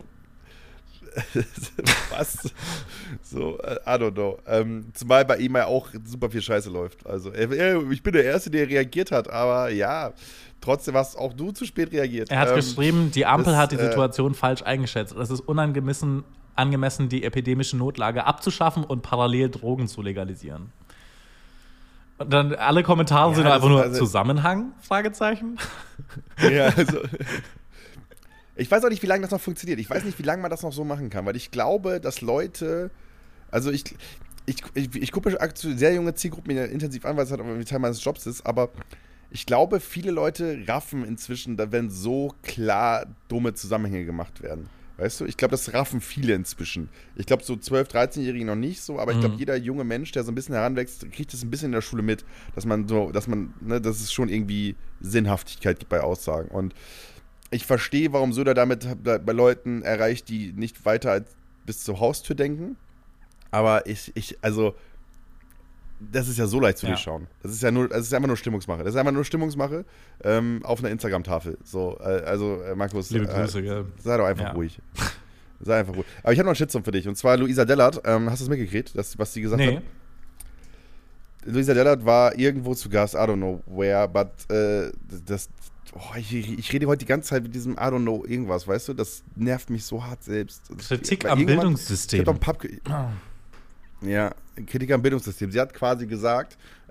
was? So, I don't know. Zumal bei ihm ja auch super viel Scheiße läuft. Also, ich bin der Erste, der reagiert hat, aber ja, trotzdem hast auch du zu spät reagiert. Er hat geschrieben, die Ampel hat die Situation falsch eingeschätzt. Es ist angemessen, die epidemische Notlage abzuschaffen und parallel Drogen zu legalisieren. Und dann alle Kommentare sind einfach nur Zusammenhang? Fragezeichen. Ja, also ich weiß auch nicht, wie lange das noch funktioniert. Ich weiß nicht, wie lange man das noch so machen kann, weil ich glaube, dass Leute, also ich gucke mir aktuell sehr junge Zielgruppen intensiv an, weil es halt irgendwie Teil meines Jobs ist, aber ich glaube, viele Leute raffen inzwischen, wenn so klar dumme Zusammenhänge gemacht werden. Weißt du, ich glaube, das raffen viele inzwischen. Ich glaube, so 12-, 13-Jährige noch nicht so, aber ich glaube, jeder junge Mensch, der so ein bisschen heranwächst, kriegt das ein bisschen in der Schule mit, dass es schon irgendwie Sinnhaftigkeit gibt bei Aussagen. Und ich verstehe, warum Söder damit bei Leuten erreicht, die nicht weiter als bis zur Haustür denken. Aber also, das ist ja so leicht zu durchschauen. Das ist einfach nur Stimmungsmache. Das ist einfach nur Stimmungsmache auf einer Instagram-Tafel. So, Markus, liebe Grüße, gell? Sei doch einfach ruhig. Sei einfach ruhig. Aber ich habe noch einen Shitstorm für dich. Und zwar Luisa Dellert. Hast du es mitgekriegt, was sie gesagt hat? Luisa Dellert war irgendwo zu Gast, I don't know where, but ich rede heute die ganze Zeit mit diesem I don't know irgendwas, weißt du? Das nervt mich so hart selbst. Kritik am Bildungssystem. Ja, Kritik am Bildungssystem. Sie hat quasi gesagt,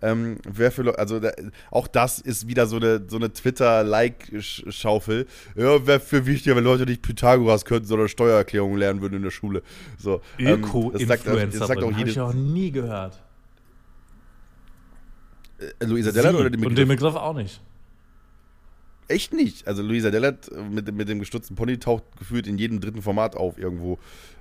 auch das ist wieder so eine Twitter-Like-Schaufel. Ja, wäre für wichtiger, wenn Leute nicht Pythagoras könnten, sondern Steuererklärungen lernen würden in der Schule. So, Öko-Influencerin, habe ich auch nie gehört. Luisa Dellert oder den Begriff? Und den Begriff auch nicht. Echt nicht. Also Luisa Dellert mit dem gestutzten Pony taucht gefühlt in jedem dritten Format auf irgendwo.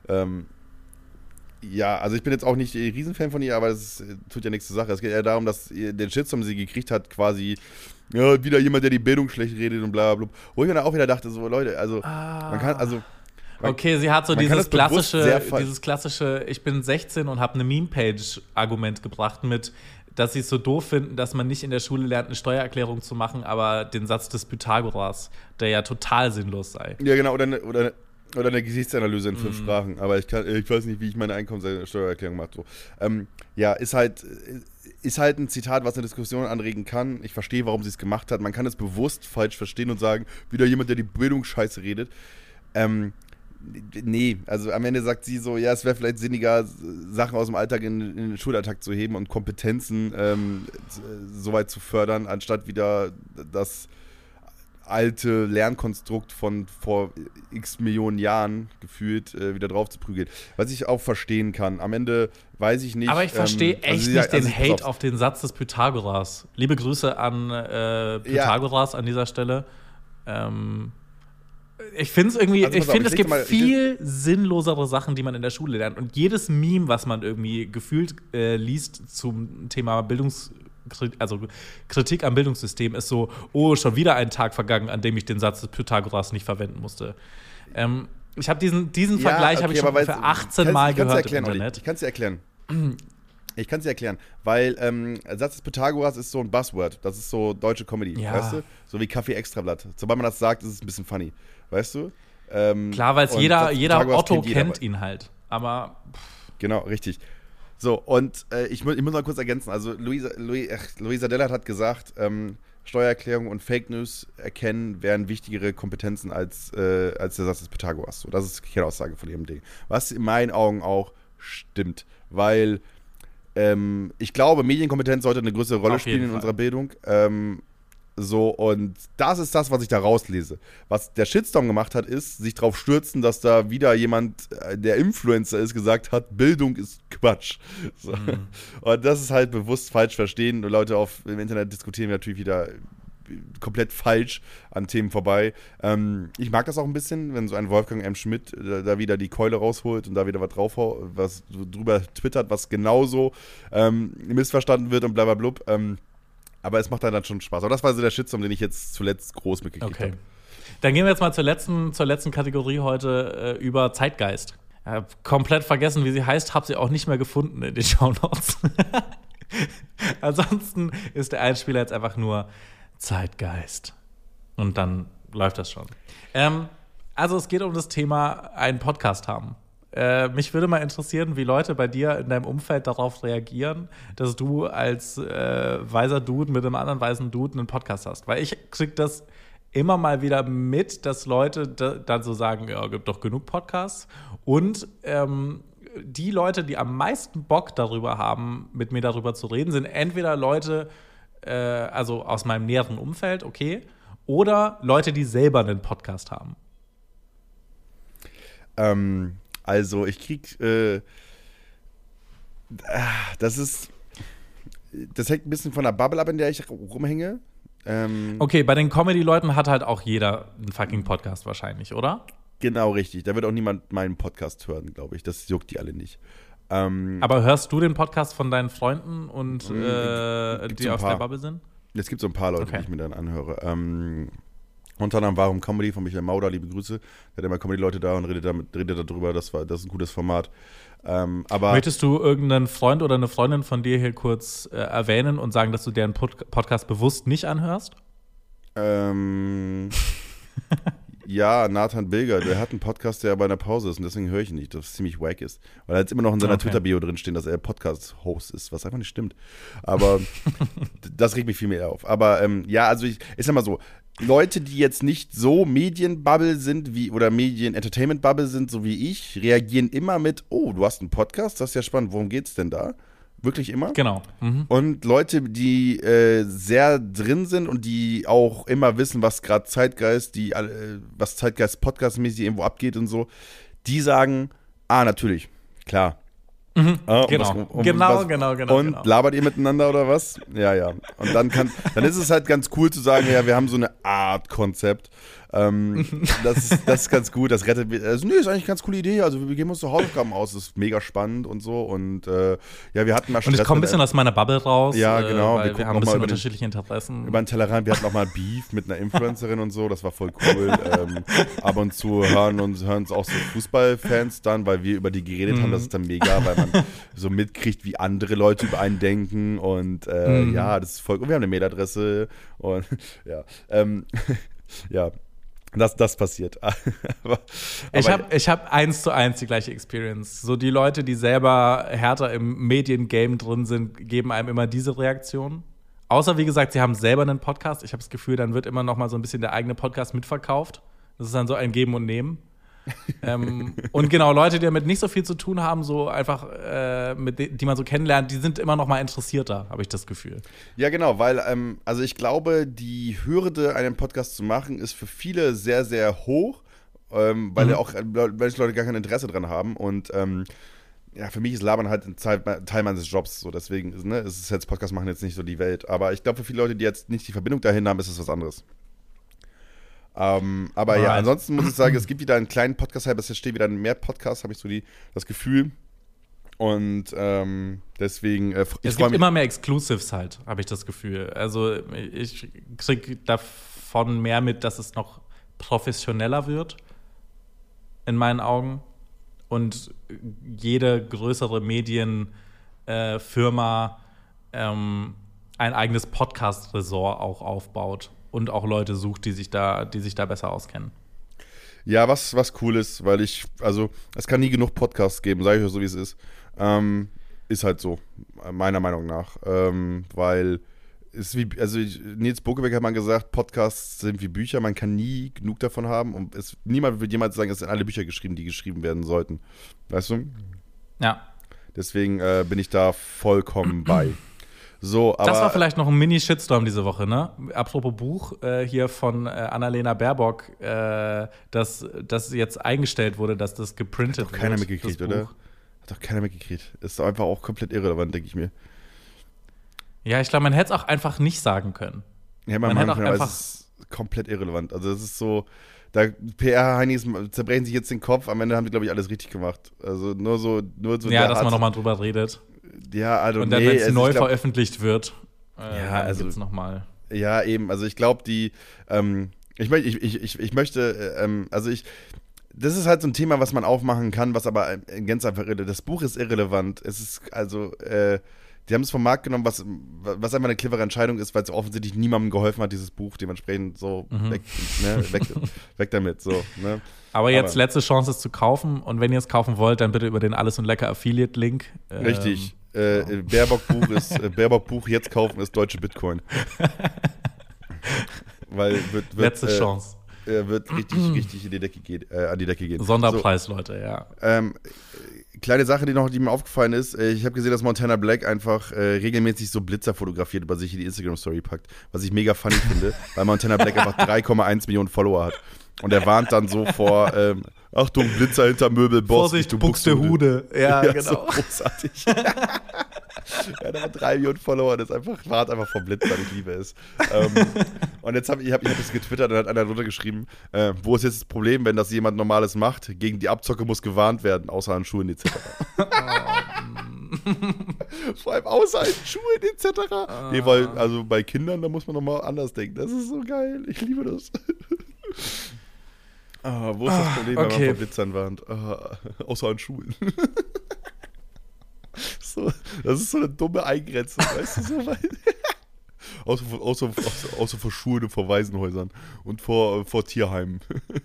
Ja, also ich bin jetzt auch nicht ein Riesenfan von ihr, aber das tut ja nichts zur Sache. Es geht eher darum, dass den Shitstorm, den sie gekriegt hat, quasi wieder jemand, der die Bildung schlecht redet und bla bla bla. Wo ich mir dann auch wieder dachte, so Leute, also man kann, okay, sie hat so dieses klassische, ich bin 16 und habe eine Meme-Page-Argument gebracht mit, dass sie es so doof finden, dass man nicht in der Schule lernt, eine Steuererklärung zu machen, aber den Satz des Pythagoras, der ja total sinnlos sei. Ja, genau, oder Oder eine Gesichtsanalyse in 5 Sprachen. Aber ich weiß nicht, wie ich meine Einkommenssteuererklärung mache. So. Ja, ist halt ein Zitat, was eine Diskussion anregen kann. Ich verstehe, warum sie es gemacht hat. Man kann es bewusst falsch verstehen und sagen, wieder jemand, der die Bildungsscheiße redet. Nee, also am Ende sagt sie so, ja, es wäre vielleicht sinniger, Sachen aus dem Alltag in den Schulalltag zu heben und Kompetenzen so weit zu fördern, anstatt wieder das alte Lernkonstrukt von vor x Millionen Jahren gefühlt wieder drauf zu prügeln. Was ich auch verstehen kann. Am Ende weiß ich nicht. Aber ich verstehe echt nicht den Hate auf den Satz des Pythagoras. Liebe Grüße an Pythagoras an dieser Stelle. Ich finde es irgendwie, ich finde, es gibt viel sinnlosere Sachen, die man in der Schule lernt. Und jedes Meme, was man irgendwie gefühlt liest zum Thema Kritik am Bildungssystem, ist so, oh, schon wieder ein Tag vergangen, an dem ich den Satz des Pythagoras nicht verwenden musste. Ich habe diesen Vergleich habe ich schon für 18 Mal gehört im Internet. Ich kann es dir erklären. Weil Satz des Pythagoras ist so ein Buzzword. Das ist so deutsche Comedy, weißt du? So wie Kaffee Extrablatt. Sobald man das sagt, ist es ein bisschen funny, weißt du? Klar, weil jeder Otto kennt ihn halt. Aber genau, richtig. So, und ich muss mal kurz ergänzen. Also Luisa Dellert hat gesagt, Steuererklärung und Fake News erkennen wären wichtigere Kompetenzen als der Satz des Pythagoras. So, das ist die Kernaussage von ihrem Ding. Was in meinen Augen auch stimmt. Weil ich glaube, Medienkompetenz sollte eine größere Rolle spielen in unserer Bildung. So, und das ist das, was ich da rauslese. Was der Shitstorm gemacht hat, ist, sich drauf stürzen, dass da wieder jemand, der Influencer ist, gesagt hat, Bildung ist Quatsch. So. Und das ist halt bewusst falsch verstehen. Und Leute im Internet diskutieren natürlich wieder komplett falsch an Themen vorbei. Ich mag das auch ein bisschen, wenn so ein Wolfgang M. Schmidt da wieder die Keule rausholt und da wieder was drüber twittert, was genauso missverstanden wird und blablabla. Aber es macht dann schon Spaß. Aber das war so der Shitstorm, den ich jetzt zuletzt groß mitgekriegt habe. Dann gehen wir jetzt mal zur letzten Kategorie heute über Zeitgeist. Komplett vergessen, wie sie heißt, habe sie auch nicht mehr gefunden in den Shownotes. Ansonsten ist der Einspieler jetzt einfach nur Zeitgeist. Und dann läuft das schon. Also es geht um das Thema einen Podcast haben. Mich würde mal interessieren, wie Leute bei dir in deinem Umfeld darauf reagieren, dass du als weiser Dude mit einem anderen weisen Dude einen Podcast hast. Weil ich krieg das immer mal wieder mit, dass Leute dann so sagen, ja, gibt doch genug Podcasts. Und die Leute, die am meisten Bock darüber haben, mit mir darüber zu reden, sind entweder Leute, also aus meinem näheren Umfeld, okay, oder Leute, die selber einen Podcast haben. Also, ich krieg, das hängt ein bisschen von der Bubble ab, in der ich rumhänge. Okay, bei den Comedy-Leuten hat halt auch jeder einen fucking Podcast wahrscheinlich, oder? Genau, richtig. Da wird auch niemand meinen Podcast hören, glaube ich. Das juckt die alle nicht. Aber hörst du den Podcast von deinen Freunden und die aus der Bubble sind? Es gibt so ein paar Leute, die ich mir dann anhöre. Unter anderem Warum Comedy von Michael Mauder, liebe Grüße. Der hat immer Comedy-Leute da und redet darüber, das ist ein gutes Format. Aber möchtest du irgendeinen Freund oder eine Freundin von dir hier kurz erwähnen und sagen, dass du deren Podcast bewusst nicht anhörst? Ja, Nathan Bilger, der hat einen Podcast, der bei einer Pause ist und deswegen höre ich ihn nicht, das ziemlich wack ist. Weil er jetzt immer noch in seiner Twitter-Bio drin stehen, dass er Podcast-Host ist, was einfach nicht stimmt. Aber das regt mich viel mehr auf. Aber ja, also ich sag mal so, Leute, die jetzt nicht so Medienbubble sind oder Medien-Entertainment-Bubble sind, so wie ich, reagieren immer mit, oh, du hast einen Podcast, das ist ja spannend, worum geht's denn da? Wirklich immer. Genau. Und Leute, die sehr drin sind und die auch immer wissen, was gerade Zeitgeist, was Zeitgeist podcastmäßig irgendwo abgeht und so, die sagen, natürlich, klar. Genau. Und labert ihr miteinander oder was? Ja. Und dann ist es halt ganz cool zu sagen, ja, wir haben so eine Art Konzept. Das ist ganz gut, das rettet. Also, ist eigentlich eine ganz coole Idee. Also wir geben uns so Hausaufgaben aus, das ist mega spannend und so. Und ja, wir hatten mal Stress. Und ich komme ein bisschen aus meiner Bubble raus. Ja, genau. Weil wir haben ein bisschen unterschiedliche Interessen. Über den Tellerrand, wir hatten auch mal Beef mit einer Influencerin und so, das war voll cool. Ab und zu hören uns auch so Fußballfans dann, weil wir über die geredet haben, das ist dann mega, weil man so mitkriegt, wie andere Leute über einen denken und ja, das ist voll. Und wir haben eine Mailadresse und ja. Ja. Das passiert. Ich hab 1:1 die gleiche Experience. So die Leute, die selber härter im Mediengame drin sind, geben einem immer diese Reaktion. Außer, wie gesagt, sie haben selber einen Podcast. Ich habe das Gefühl, dann wird immer noch mal so ein bisschen der eigene Podcast mitverkauft. Das ist dann so ein Geben und Nehmen. Und genau, Leute, die damit nicht so viel zu tun haben, so einfach, die man so kennenlernt, die sind immer noch mal interessierter, habe ich das Gefühl. Ja, genau, weil, also ich glaube, die Hürde, einen Podcast zu machen, ist für viele sehr, sehr hoch, weil ja auch welche Leute gar kein Interesse dran haben. Und ja, für mich ist Labern halt ein Teil meines Jobs. So, deswegen ne, ist es jetzt Podcast machen jetzt nicht so die Welt. Aber ich glaube, für viele Leute, die jetzt nicht die Verbindung dahin haben, ist es was anderes. Aber ja, ansonsten muss ich sagen, es gibt wieder einen kleinen Podcast-Hype, es steht wieder mehr Podcasts, habe ich so das Gefühl. Und deswegen es gibt immer mehr Exclusives halt, habe ich das Gefühl. Also ich kriege davon mehr mit, dass es noch professioneller wird, in meinen Augen. Und jede größere Medienfirma ein eigenes Podcast-Resort auch aufbaut. Und auch Leute sucht, die sich da besser auskennen. Ja, was cool ist, weil es kann nie genug Podcasts geben, sage ich euch so, wie es ist. Ist halt so, meiner Meinung nach. Weil Nils Bokeberg hat mal gesagt, Podcasts sind wie Bücher, man kann nie genug davon haben und niemand wird jemals sagen, es sind alle Bücher geschrieben, die geschrieben werden sollten. Weißt du? Ja. Deswegen bin ich da vollkommen bei. So, aber das war vielleicht noch ein Mini-Shitstorm diese Woche, ne? Apropos Buch, hier von Annalena Baerbock, dass jetzt eingestellt wurde, dass das geprintet wird. Hat doch keiner mitgekriegt, oder? Hat doch keiner mitgekriegt. Ist doch einfach auch komplett irrelevant, denke ich mir. Ja, ich glaube, man hätte es auch einfach nicht sagen können. Ja, man hätte auch einfach. Es ist komplett irrelevant. Also, das ist so. Da PR-Heinis zerbrechen sich jetzt den Kopf. Am Ende haben die, glaube ich, alles richtig gemacht. Also, nur so. Ja, dass man nochmal drüber redet. Ja, also und dann, wenn es neu veröffentlicht wird, ja, also gibt's noch mal. Ja, eben. Also ich glaube, das ist halt so ein Thema, was man aufmachen kann, was aber ganz einfach irrelevant. Das Buch ist irrelevant. Es ist die haben es vom Markt genommen, was einfach eine clevere Entscheidung ist, weil es offensichtlich niemandem geholfen hat, dieses Buch. Dementsprechend so weg damit. So, ne? Aber jetzt letzte Chance, es zu kaufen. Und wenn ihr es kaufen wollt, dann bitte über den Alles und Lecker Affiliate-Link. Richtig. Baerbock Buch jetzt kaufen ist deutsche Bitcoin. Weil letzte Chance. Wird richtig an die Decke gehen. Sonderpreis, so, Leute, ja. Kleine Sache, die mir aufgefallen ist, ich habe gesehen, dass Montana Black einfach regelmäßig so Blitzer fotografiert, über sich in die Instagram-Story packt, was ich mega funny finde, weil Montana Black einfach 3,1 Millionen Follower hat. Und er warnt dann so vor, Achtung, Blitzer hinter Möbelboss. Vorsicht, du Buxtehude. Ja, genau. So großartig. Er hat aber 3 Millionen Follower, das warnt einfach vor Blitzern, ich liebe es. Und jetzt hab ich das getwittert und hat einer drunter geschrieben, wo ist jetzt das Problem, wenn das jemand Normales macht? Gegen die Abzocke muss gewarnt werden, außer an Schuhen etc. Vor allem außer an Schuhen etc. Nee, weil, also bei Kindern, da muss man nochmal anders denken. Das ist so geil, ich liebe das. Wo ist das Problem, wenn man vor Blitzern warnt? Außer an Schulen. So, das ist so eine dumme Eingrenzung, weißt du, so weit. außer vor Schulen und vor Waisenhäusern und vor Tierheimen.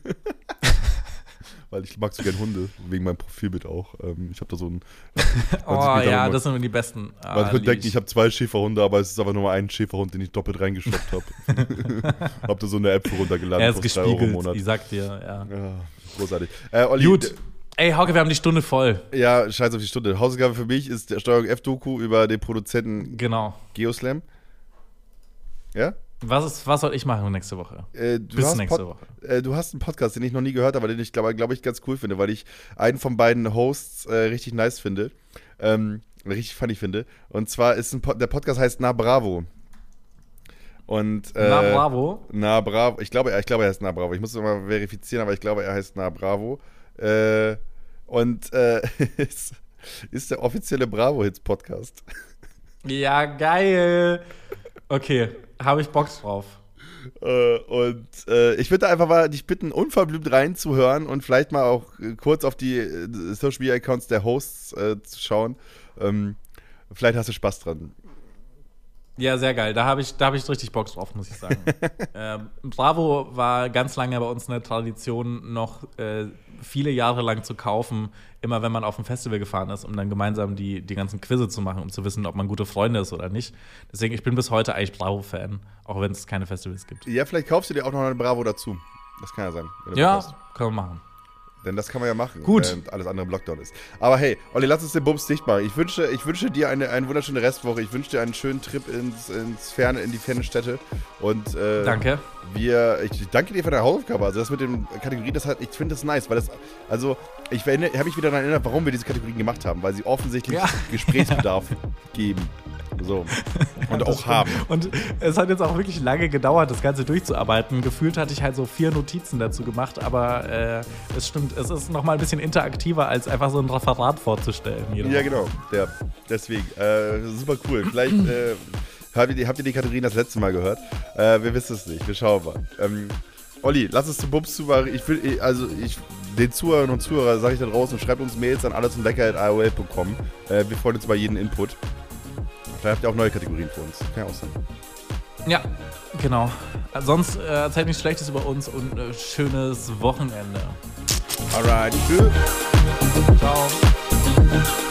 Weil ich mag so gern Hunde, wegen meinem Profilbild auch. Ich habe da so ein. Das sind die besten. Man könnte denken, ich habe 2 Schäferhunde, aber es ist aber nur ein Schäferhund, den ich doppelt reingestoppt habe. Hab da so eine App für runtergeladen. Er ist gespiegelt, im Monat. Ich sag dir, ja. Großartig. Olli, gut. Ey, Hauke, wir haben die Stunde voll. Ja, scheiß auf die Stunde. Hausaufgabe für mich ist der Steuerung F-Doku über den Produzenten Geoslam. Ja? Was soll ich machen nächste Woche? Bis nächste Woche. Du hast einen Podcast, den ich noch nie gehört habe, den ich, glaube ich, ganz cool finde, weil ich einen von beiden Hosts richtig nice finde. Richtig funny finde. Und zwar ist der Podcast heißt Na Bravo. Und, Na Bravo? Na Bravo. Ich glaube, er heißt Na Bravo. Ich muss es mal verifizieren, aber ich glaube, er heißt Na Bravo. Ist der offizielle Bravo-Hits-Podcast. Ja, geil. Okay, habe ich Bock drauf. Ich würde einfach mal dich bitten, unverblümt reinzuhören und vielleicht mal auch kurz auf die Social-Media-Accounts der Hosts zu schauen. Vielleicht hast du Spaß dran. Ja, sehr geil. Da hab ich richtig Bock drauf, muss ich sagen. Bravo war ganz lange bei uns eine Tradition, noch viele Jahre lang zu kaufen, immer wenn man auf ein Festival gefahren ist, um dann gemeinsam die ganzen Quizze zu machen, um zu wissen, ob man gute Freunde ist oder nicht. Deswegen, ich bin bis heute eigentlich Bravo-Fan, auch wenn es keine Festivals gibt. Ja, vielleicht kaufst du dir auch noch eine Bravo dazu. Das kann ja sein. Ja, können wir machen. Denn das kann man ja machen, Gut. während alles andere im Lockdown ist. Aber hey, Olli, lass uns den Bums dicht machen. Ich wünsche dir eine wunderschöne Restwoche. Ich wünsche dir einen schönen Trip in die ferne Städte. Und Danke. Ich danke dir für deine Hausaufgabe. Also das mit den Kategorien, ich finde das nice, weil das, also ich habe mich wieder daran erinnert, warum wir diese Kategorien gemacht haben, weil sie offensichtlich Gesprächsbedarf geben. So. Und auch haben. Und es hat jetzt auch wirklich lange gedauert, das Ganze durchzuarbeiten. Gefühlt hatte ich halt so 4 Notizen dazu gemacht, aber es stimmt, es ist noch mal ein bisschen interaktiver, als einfach so ein Referat vorzustellen. Ja, genau. Ja, deswegen. Super cool. Vielleicht habt ihr die Kategorien das letzte Mal gehört. Wir wissen es nicht. Wir schauen mal. Olli, lass es zum Bums zu machen. Den Zuhörern und Zuhörern sage ich da draußen, schreibt uns Mails an allesundlecker@aol.com. Wir freuen uns über jeden Input. Vielleicht habt ihr auch neue Kategorien für uns. Kann ja auch sein. Ja, genau. Sonst erzählt nichts Schlechtes über uns und schönes Wochenende. Alright, tschüss. Ciao.